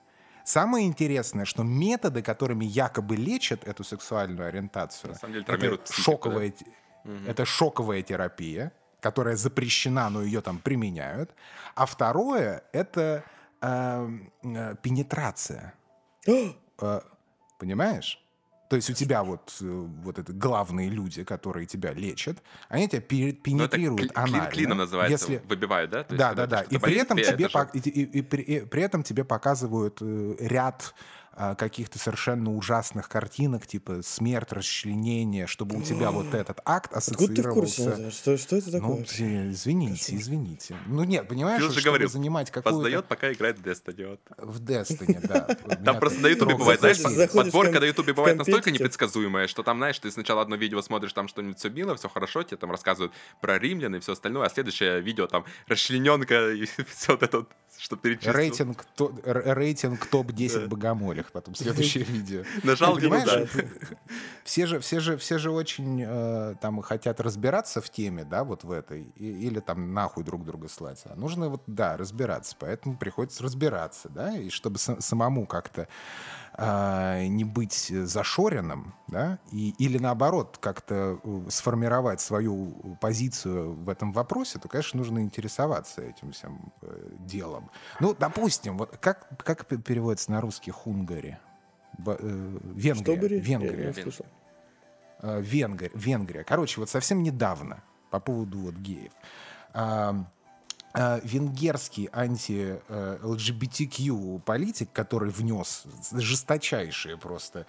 Speaker 2: Самое интересное, что методы, которыми якобы лечат эту сексуальную ориентацию,
Speaker 3: На самом деле
Speaker 2: это
Speaker 3: травмируют психику, да?
Speaker 2: это шоковая терапия, которая запрещена, но ее там применяют. А второе — это пенетрация. Понимаешь? То есть у тебя вот это главные люди, которые тебя лечат, они тебя пенетрируют анально.
Speaker 3: Клином называется, выбивают, да? То есть,
Speaker 2: Да. И при этом тебе показывают ряд каких-то совершенно ужасных картинок, типа смерть, расчленение, чтобы у тебя вот этот акт
Speaker 1: Откуда ты в курсе,
Speaker 2: ассоциировался...
Speaker 1: Назар? Что это такое?
Speaker 2: Ну, извините. Ну нет, понимаешь,
Speaker 3: Фил же
Speaker 2: чтобы
Speaker 3: говорил,
Speaker 2: занимать какую-то...
Speaker 3: поздает, пока играет в Destiny.
Speaker 2: В Destiny, да.
Speaker 3: Там просто на Ютубе бывает, знаешь,
Speaker 1: заходишь
Speaker 3: подборка на Ютубе бывает настолько
Speaker 1: компетитив.
Speaker 3: непредсказуемая, что там, знаешь, ты сначала одно видео смотришь, там что-нибудь все мило, все хорошо, тебе там рассказывают про римлян и все остальное, а следующее видео там расчлененка и все вот это вот, что перечислил.
Speaker 2: Рейтинг топ-10 богомолих, потом следующее видео.
Speaker 3: Нажал,
Speaker 2: Понимаешь,
Speaker 3: да.
Speaker 2: все же очень там хотят разбираться в теме, да, вот в этой, или там нахуй друг друга слать. А нужно вот, да, разбираться, поэтому приходится разбираться, да, и чтобы самому как-то не быть зашоренным, да, или наоборот как-то сформировать свою позицию в этом вопросе, то, конечно, нужно интересоваться этим всем делом. Ну, допустим, вот как переводится на русский «хунгари»? Венгрия. Венгрия. Короче, вот совсем недавно по поводу вот геев. Венгерский анти-ЛГБТQ политик, который внес жесточайшие просто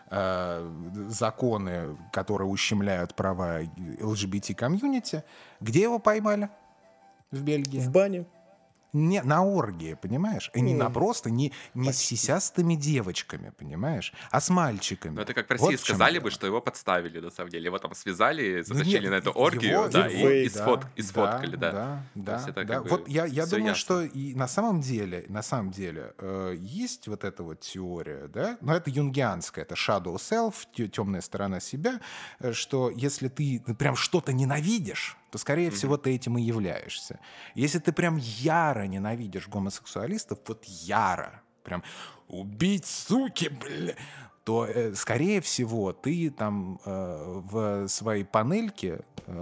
Speaker 2: законы, которые ущемляют права ЛГБТ-комьюнити, где его поймали? В Бельгии.
Speaker 1: В бане.
Speaker 2: Не на оргии, понимаешь? И не просто, не с сисястыми девочками, понимаешь? А с мальчиками.
Speaker 3: Ну, это как в России
Speaker 2: Вот в чем
Speaker 3: сказали
Speaker 2: дело.
Speaker 3: бы, что его подставили, на самом деле. Его там связали,
Speaker 2: Ну,
Speaker 3: затащили
Speaker 2: нет,
Speaker 3: на эту
Speaker 2: его-
Speaker 3: оргию, да,
Speaker 2: его-
Speaker 3: и
Speaker 2: да,
Speaker 3: сфоткали, да.
Speaker 2: Да.
Speaker 3: То есть это
Speaker 2: да.
Speaker 3: как бы
Speaker 2: Вот я
Speaker 3: всё
Speaker 2: думаю,
Speaker 3: ясно.
Speaker 2: что и на самом деле есть вот эта вот теория, да, но это юнгианская, это shadow self, темная сторона себя, что если ты прям что-то ненавидишь, то, скорее всего, ты этим и являешься. Если ты прям яро ненавидишь гомосексуалистов, вот яро, прям убить, суки, бля, то, скорее всего, ты там в своей панельке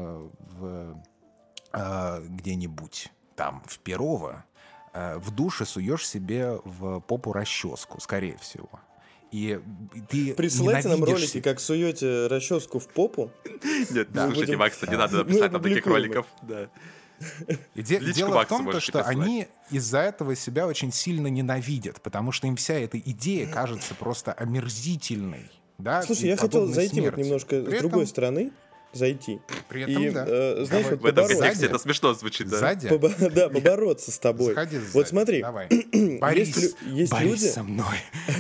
Speaker 2: где-нибудь там в Перово в душе суешь себе в попу расческу, скорее всего. И ты
Speaker 1: Присылайте нам
Speaker 2: ненавидишь
Speaker 1: ролики, как суете расческу в попу.
Speaker 3: Нет,
Speaker 1: Да.
Speaker 3: слушайте,
Speaker 1: Будем-
Speaker 3: Макс, не надо
Speaker 1: Мы
Speaker 3: написать там таких
Speaker 1: опубликуем
Speaker 3: роликов. Да.
Speaker 2: И
Speaker 3: Личку
Speaker 2: дело в
Speaker 3: Максу
Speaker 2: том,
Speaker 3: можете
Speaker 2: что
Speaker 3: прислать.
Speaker 2: они из-за этого себя очень сильно ненавидят, потому что им вся эта идея кажется просто омерзительной. Да,
Speaker 1: Слушай,
Speaker 2: и
Speaker 1: я хотел
Speaker 2: подобной
Speaker 1: зайти вот
Speaker 2: смерти.
Speaker 1: немножко
Speaker 2: При
Speaker 1: с другой
Speaker 2: этом-
Speaker 1: стороны. Зайти.
Speaker 2: При
Speaker 1: И,
Speaker 2: этом, да.
Speaker 1: знаешь,
Speaker 2: Давай.
Speaker 1: вот
Speaker 3: В этом
Speaker 1: побороться.
Speaker 3: контексте это смешно звучит, да.
Speaker 2: Сзади?
Speaker 1: Побороться с тобой.
Speaker 2: Заходи сзади.
Speaker 1: Вот смотри,
Speaker 2: Давай.
Speaker 1: есть
Speaker 2: Борис,
Speaker 1: есть
Speaker 2: борись
Speaker 1: люди,
Speaker 2: со мной.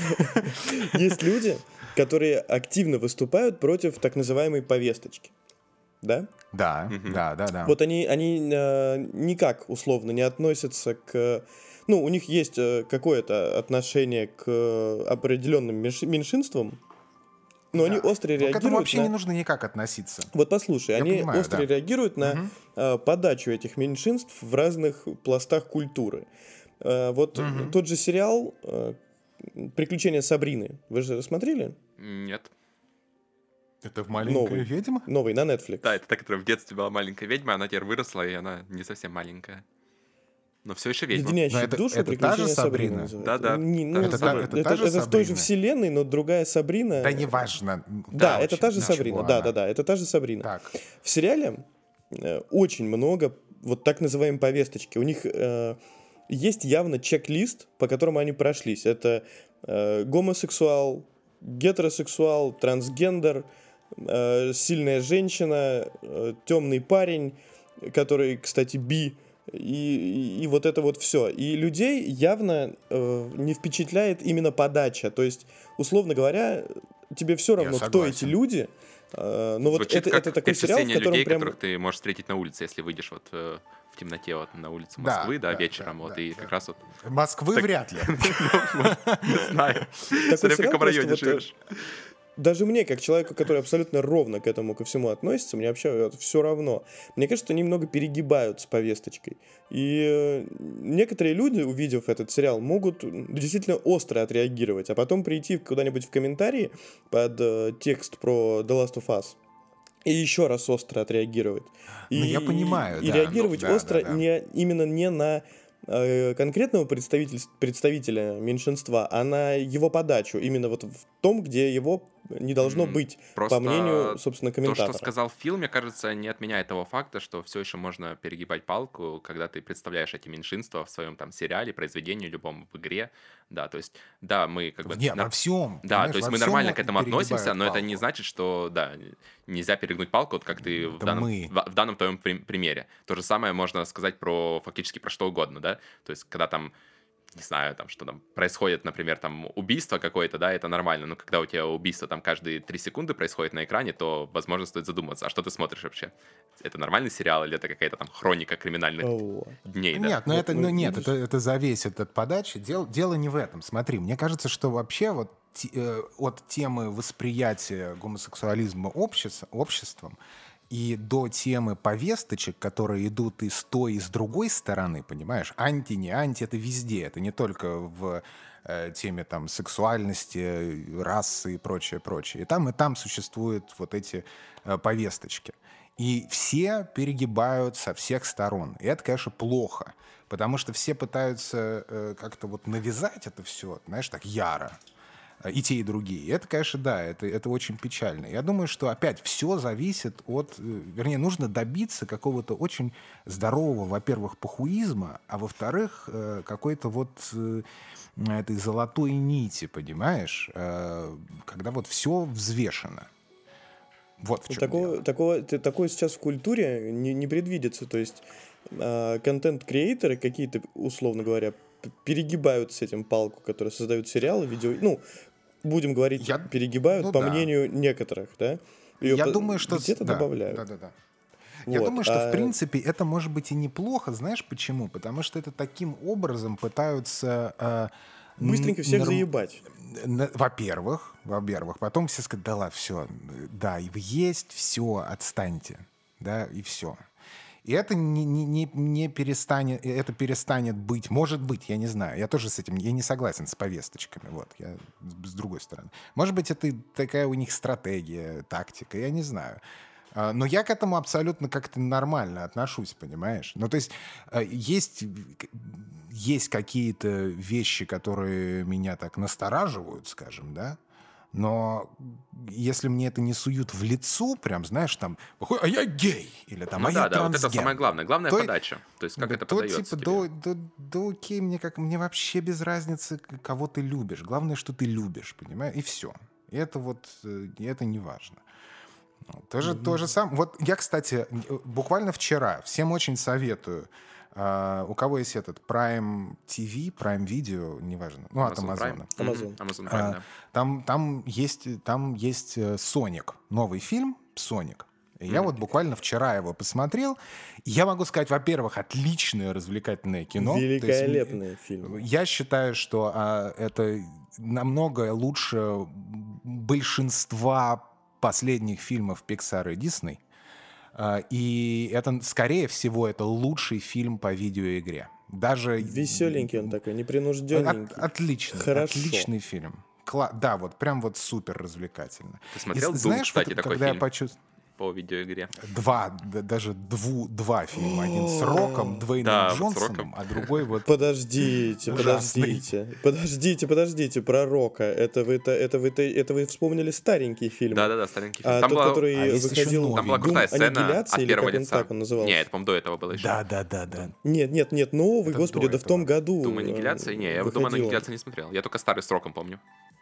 Speaker 1: есть люди, которые активно выступают против так называемой повесточки. Да?
Speaker 2: Да.
Speaker 1: Вот они никак условно не относятся к... Ну, у них есть какое-то отношение к определенным меньшинствам, но они остро
Speaker 2: Но к этому
Speaker 1: реагируют
Speaker 2: вообще
Speaker 1: на...
Speaker 2: не нужно никак относиться.
Speaker 1: Вот послушай, они
Speaker 2: понимаю,
Speaker 1: остро
Speaker 2: да.
Speaker 1: реагируют на подачу этих меньшинств в разных пластах культуры. Вот тот же сериал «Приключения Сабрины». Вы же рассмотрели?
Speaker 3: Нет.
Speaker 2: Это в «Маленькая
Speaker 1: Новый.
Speaker 2: ведьма»?
Speaker 1: Новый, на Netflix.
Speaker 3: Да, это та, которая в детстве была маленькая ведьма, она теперь выросла, и она не совсем маленькая. Но все еще ведьма.
Speaker 1: Леденящие
Speaker 2: Но это-
Speaker 1: душу
Speaker 2: это та же
Speaker 1: «Приключения Сабрины»
Speaker 2: Сабрина?
Speaker 1: называется.
Speaker 3: Да-да.
Speaker 2: Это та же
Speaker 1: это в той же
Speaker 2: Сабрина?
Speaker 1: вселенной, но другая Сабрина.
Speaker 2: Да неважно.
Speaker 1: Да, это
Speaker 2: Короче,
Speaker 1: та же
Speaker 2: ничего,
Speaker 1: Сабрина.
Speaker 2: она.
Speaker 1: Да, это та же Сабрина.
Speaker 2: Так.
Speaker 1: В сериале очень много вот так называемой повесточки. У них есть явно чек-лист, по которому они прошлись. Это гомосексуал, гетеросексуал, трансгендер, сильная женщина, темный парень, который, кстати, би, и вот это вот все. И людей явно не впечатляет именно подача. То есть, условно говоря, тебе все равно, кто
Speaker 2: согласен.
Speaker 1: эти люди. Но вот
Speaker 3: Звучит как
Speaker 1: это такой сериал, в
Speaker 3: перечисление
Speaker 1: котором
Speaker 3: людей,
Speaker 1: прям...
Speaker 3: которых ты можешь встретить на улице, если выйдешь вот в темноте вот на улице
Speaker 2: Да,
Speaker 3: Москвы, да,
Speaker 2: да,
Speaker 3: вечером,
Speaker 2: да,
Speaker 3: вот,
Speaker 2: да,
Speaker 3: и
Speaker 2: да.
Speaker 3: как раз вот,
Speaker 2: Москвы
Speaker 3: Так-
Speaker 2: вряд ли.
Speaker 3: не знаю,
Speaker 1: Такой
Speaker 3: смотря в
Speaker 1: сериал
Speaker 3: каком районе
Speaker 1: просто вот,
Speaker 3: живешь.
Speaker 1: даже мне, как человеку, который абсолютно ровно к этому ко всему относится, мне вообще все равно. Мне кажется, что они немного перегибают с повесточкой. И некоторые люди, увидев этот сериал, могут действительно остро отреагировать, а потом прийти куда-нибудь в комментарии под текст про The Last of Us и еще раз остро отреагировать.
Speaker 2: Ну, я понимаю,
Speaker 1: и
Speaker 2: да.
Speaker 1: реагировать остро
Speaker 2: да.
Speaker 1: именно не на конкретного представителя меньшинства, а на его подачу, именно вот в том, где его не должно быть,
Speaker 3: Просто
Speaker 1: по мнению, собственно,
Speaker 3: то,
Speaker 1: комментатора.
Speaker 3: что сказал Фил, мне кажется, не отменяет того факта, что все еще можно перегибать палку, когда ты представляешь эти меньшинства в своем там сериале, произведении, любом в игре. Да, то есть, да, мы как бы...
Speaker 2: Нет, во всем.
Speaker 3: Да, то есть мы нормально к этому относимся, но
Speaker 2: палку.
Speaker 3: это не значит, что, да, нельзя перегнуть палку, вот как ты в данном твоем примере. То же самое можно сказать фактически про что угодно, да? То есть, когда там, не знаю, там, что там происходит, например, там, убийство какое-то, да, это нормально, но когда у тебя убийство там каждые 3 секунды происходит на экране, то, возможно, стоит задуматься, а что ты смотришь вообще? Это нормальный сериал или это какая-то там хроника криминальных дней, да?
Speaker 2: Нет, это зависит от подачи. Дело не в этом. Смотри, мне кажется, что вообще вот от темы восприятия гомосексуализма обществом и до темы повесточек, которые идут и с той, и с другой стороны, понимаешь, анти, не анти, это везде, это не только в теме там сексуальности, расы и прочее. И там существуют вот эти повесточки. И все перегибают со всех сторон. И это, конечно, плохо, потому что все пытаются как-то вот навязать это все, знаешь, так яро. И те, и другие. И это, конечно, да, это очень печально. Я думаю, что опять все зависит от... Вернее, нужно добиться какого-то очень здорового, во-первых, похуизма, а во-вторых, какой-то вот этой золотой нити, понимаешь? Когда вот все взвешено. Вот в чем дело.
Speaker 1: Такое сейчас в культуре не предвидится. То есть контент-креаторы какие-то, условно говоря, перегибают с этим палку, которые создают сериалы, видео... Ну, будем говорить, перегибают, мнению некоторых, да?
Speaker 2: Я думаю, что...
Speaker 1: Где-то добавляют.
Speaker 2: Да. Я думаю, что, в принципе, это может быть и неплохо. Знаешь почему? Потому что это таким образом пытаются...
Speaker 1: быстренько всех заебать.
Speaker 2: Во-первых. Потом все скажут, да ладно, все. Да, есть, все, отстаньте. Да, и все. И это не перестанет, это перестанет быть, может быть, я не знаю, я тоже с этим, я не согласен с повесточками, вот, я с другой стороны. Может быть, это такая у них стратегия, тактика, я не знаю. Но я к этому абсолютно как-то нормально отношусь, понимаешь? Ну, то есть есть какие-то вещи, которые меня так настораживают, скажем, да? Но если мне это не суют в лицо, прям, знаешь, там, а я гей, или там, я трансгендер.
Speaker 3: Вот это самое главное. Главное подача. То есть, как это подается
Speaker 2: типа, да окей, мне вообще без разницы, кого ты любишь. Главное, что ты любишь, понимаешь? И все. И это вот, это не важно. То же самое. Вот я, кстати, буквально вчера, всем очень советую, у кого есть этот Prime TV, Prime Video, неважно, ну, от Амазона.
Speaker 1: Amazon
Speaker 3: Prime, да.
Speaker 2: Там есть «Соник», новый фильм «Соник». И я вот буквально вчера его посмотрел. И я могу сказать, во-первых, отличное развлекательное кино.
Speaker 1: Великолепный фильм.
Speaker 2: Я считаю, что это намного лучше большинства последних фильмов Pixar и Disney. И это, скорее всего, это лучший фильм по видеоигре. Даже...
Speaker 1: Веселенький он такой, непринужденненький.
Speaker 2: Отличный фильм. Да, вот прям вот супер развлекательно.
Speaker 3: Ты смотрел «Дум», кстати, такой фильм? По видеоигре.
Speaker 2: Даже два фильма. Один с Роком, Дуэйном Джонсоном, а другой вот...
Speaker 1: Подождите, про Рока. Это вы вспомнили старенький фильм.
Speaker 3: Да, старенький
Speaker 1: фильм.
Speaker 3: Там
Speaker 1: тот, который выходил...
Speaker 3: Там была крутая сцена от первого лица.
Speaker 1: Так он назывался.
Speaker 3: Нет, это, по-моему, до этого было еще.
Speaker 2: Да.
Speaker 1: Нет, новый, господи, да в том году.
Speaker 3: «Дум аннигиляции»? Не, я «Дум аннигиляции» не смотрел. Я только старый с Роком помню.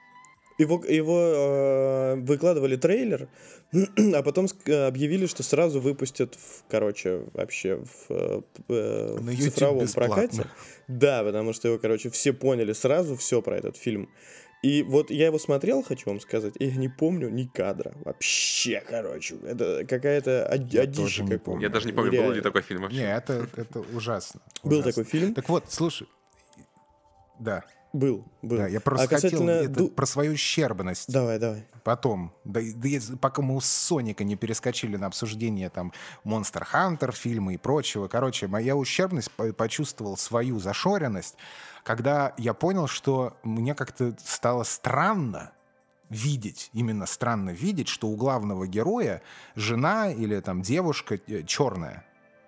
Speaker 1: Его выкладывали трейлер, а потом объявили, что сразу выпустят, вообще в цифровом прокате. Да, потому что его, все поняли сразу все про этот фильм. И вот я его смотрел, хочу вам сказать, и я не помню ни кадра. Вообще, это какая-то одичь.
Speaker 3: Я даже не помню, был ли такой фильм вообще.
Speaker 2: Не, это ужасно.
Speaker 1: Был такой фильм.
Speaker 2: Так вот, слушай. Да.
Speaker 1: Был.
Speaker 2: Да, я просто хотел
Speaker 1: касательно
Speaker 2: про свою ущербность.
Speaker 1: Давай.
Speaker 2: Потом, пока мы у Соника не перескочили на обсуждение там Monster Hunter фильма и прочего. Короче, моя ущербность, почувствовал свою зашоренность, когда я понял, что мне как-то стало странно видеть, что у главного героя жена или там девушка черная.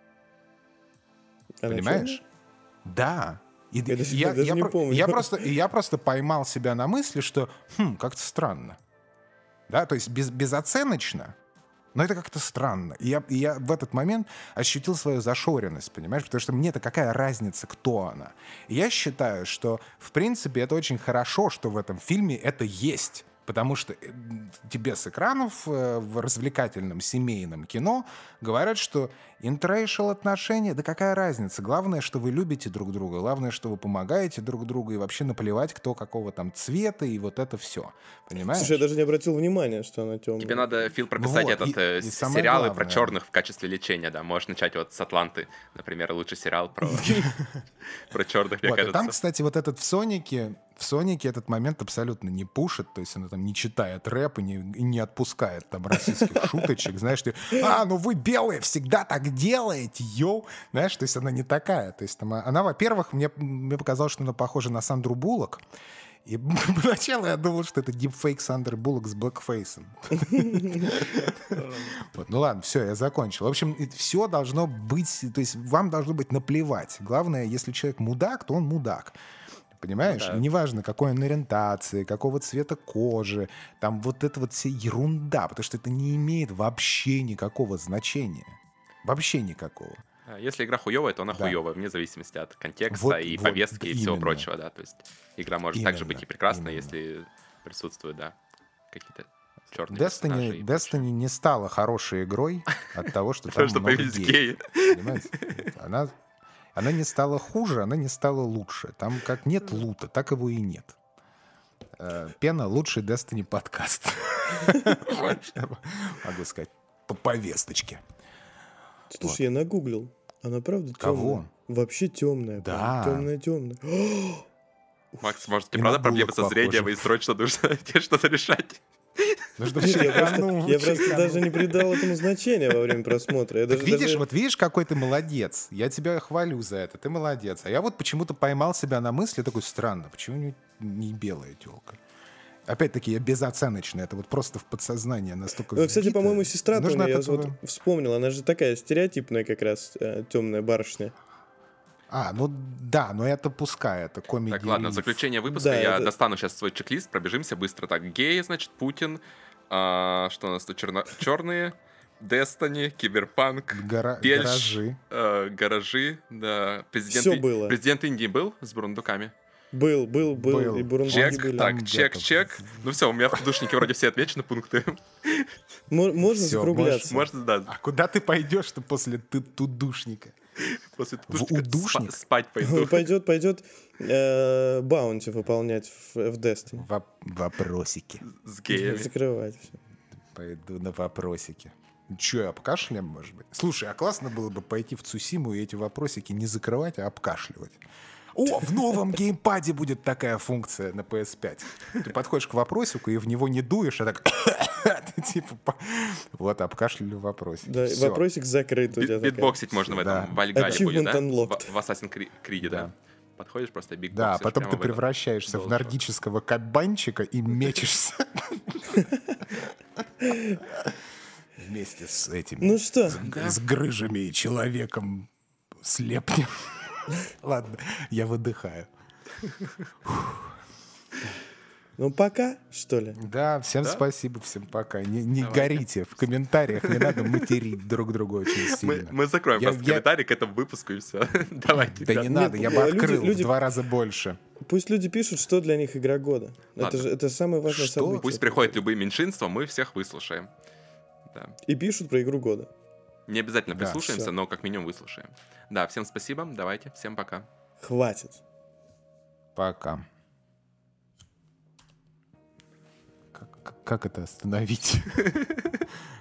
Speaker 1: Она
Speaker 2: Понимаешь?
Speaker 1: черная?
Speaker 2: Да. И
Speaker 1: Я даже не помню.
Speaker 2: я просто поймал себя на мысли, что как-то странно. Да, то есть безоценочно, но это как-то странно. И я в этот момент ощутил свою зашоренность, понимаешь? Потому что мне-то какая разница, кто она? И я считаю, что, в принципе, это очень хорошо, что в этом фильме это есть. Потому что тебе с экранов в развлекательном семейном кино говорят, что интеррейшл отношения, да какая разница? Главное, что вы любите друг друга, главное, что вы помогаете друг другу, и вообще наплевать, кто какого там цвета, и вот это все. Понимаешь?
Speaker 1: Слушай, я даже не обратил внимания, что она темная.
Speaker 3: Тебе надо, Фил, прописать сериалы про черных в качестве лечения, да. Можешь начать вот с «Атланты», например, лучший сериал про черных, мне кажется.
Speaker 2: Там, кстати, вот этот в Сонике этот момент абсолютно не пушит, то есть она там не читает рэп и не отпускает там российских шуточек, знаешь, ну вы белые всегда так делаете, йоу, знаешь, то есть она не такая, то есть там, она, во-первых, мне показалось, что она похожа на Сандру Буллок, и поначалу я думал, что это дипфейк Сандры Буллок с блэкфейсом. Ну ладно, все, я закончил. В общем, все должно быть, то есть вам должно быть наплевать. Главное, если человек мудак, то он мудак. Понимаешь?
Speaker 3: Да.
Speaker 2: И неважно, какой он ориентации, какого цвета кожи, там вот это вот вся ерунда, потому что это не имеет вообще никакого значения. Вообще никакого.
Speaker 3: Если игра хуёвая, то она хуёвая, вне зависимости от контекста и повестки и всего прочего, да. То есть игра может также быть и прекрасной, если присутствуют, да, какие-то черные персонажи.
Speaker 2: Destiny не стала хорошей игрой от того, что там много геев. Понимаете? Она не стала хуже, она не стала лучше. Там как нет лута, так его и нет. Пена — лучший Destiny подкаст. Могу сказать, по повесточке.
Speaker 1: Слушай, я нагуглил. Она правда темная?
Speaker 2: Кого?
Speaker 1: Вообще темная.
Speaker 2: Да.
Speaker 1: Темная.
Speaker 3: Макс, может, тебе правда проблемы со зрением, и срочно нужно тебе что-то решать?
Speaker 1: Я просто даже не придал этому значения во время просмотра.
Speaker 2: Видишь, какой ты молодец. Я тебя хвалю за это, ты молодец. А я вот почему-то поймал себя на мысли, такой, странно, почему не белая тёлка? Опять-таки, я безоценочный, это вот просто в подсознание настолько вбито.
Speaker 1: Кстати, по-моему, сестра Тони, я вот вспомнил, она же такая стереотипная как раз темная барышня.
Speaker 2: Ну да, но это пускай, это комедия.
Speaker 3: Так, ладно, в заключение выпуска я достану сейчас свой чек-лист, пробежимся быстро. Так, геи, значит, Путин, что у нас тут черные, Destiny, Киберпанк,
Speaker 2: гаражи.
Speaker 3: Гаражи, да.
Speaker 1: Все было.
Speaker 3: Президент Индии был с бурундуками?
Speaker 1: Был, и бурундуки были.
Speaker 3: Так, чек. Ну все, у меня в душнике вроде все отмечены пункты.
Speaker 1: Можно закругляться.
Speaker 3: Можно, да.
Speaker 2: А куда ты пойдешь-то после тудушника?
Speaker 3: После тудушника спать пойду.
Speaker 1: Пойдет баунти выполнять в Destiny.
Speaker 2: Вопросики.
Speaker 3: С геями.
Speaker 1: Закрывать все.
Speaker 2: Пойду на вопросики. Че, обкашляем, может быть? Слушай, а классно было бы пойти в Цусиму и эти вопросики не закрывать, а обкашливать. В новом геймпаде будет такая функция на PS5. Ты подходишь к вопросику и в него не дуешь, а так... типа, вот, обкашляли вопросик.
Speaker 1: Да, вопросик закрыт у тебя.
Speaker 3: Битбоксить можно в этом Вальгале будет, да? В Assassin's Creed, да. Подходишь просто битбоксишь.
Speaker 2: Да, потом ты превращаешься в нордического кабанчика и мечешься. Вместе с этими...
Speaker 1: Ну что?
Speaker 2: С грыжами и человеком слепнем. Ладно, я выдыхаю.
Speaker 1: Ну, пока, что ли?
Speaker 2: Да, всем спасибо, всем пока. Не горите в комментариях, не надо материть друг друга очень сильно.
Speaker 3: Мы закроем просто комментарий к этому выпуску, и все. Давайте.
Speaker 2: Да не надо, я бы открыл в 2 раза больше.
Speaker 1: Пусть люди пишут, что для них игра года. Это самое важное событие.
Speaker 3: Пусть приходят любые меньшинства, мы всех выслушаем.
Speaker 1: И пишут про игру года.
Speaker 3: Не обязательно прислушаемся, но как минимум выслушаем. Да, всем спасибо, давайте, всем пока.
Speaker 1: Хватит.
Speaker 2: Пока. Как это остановить?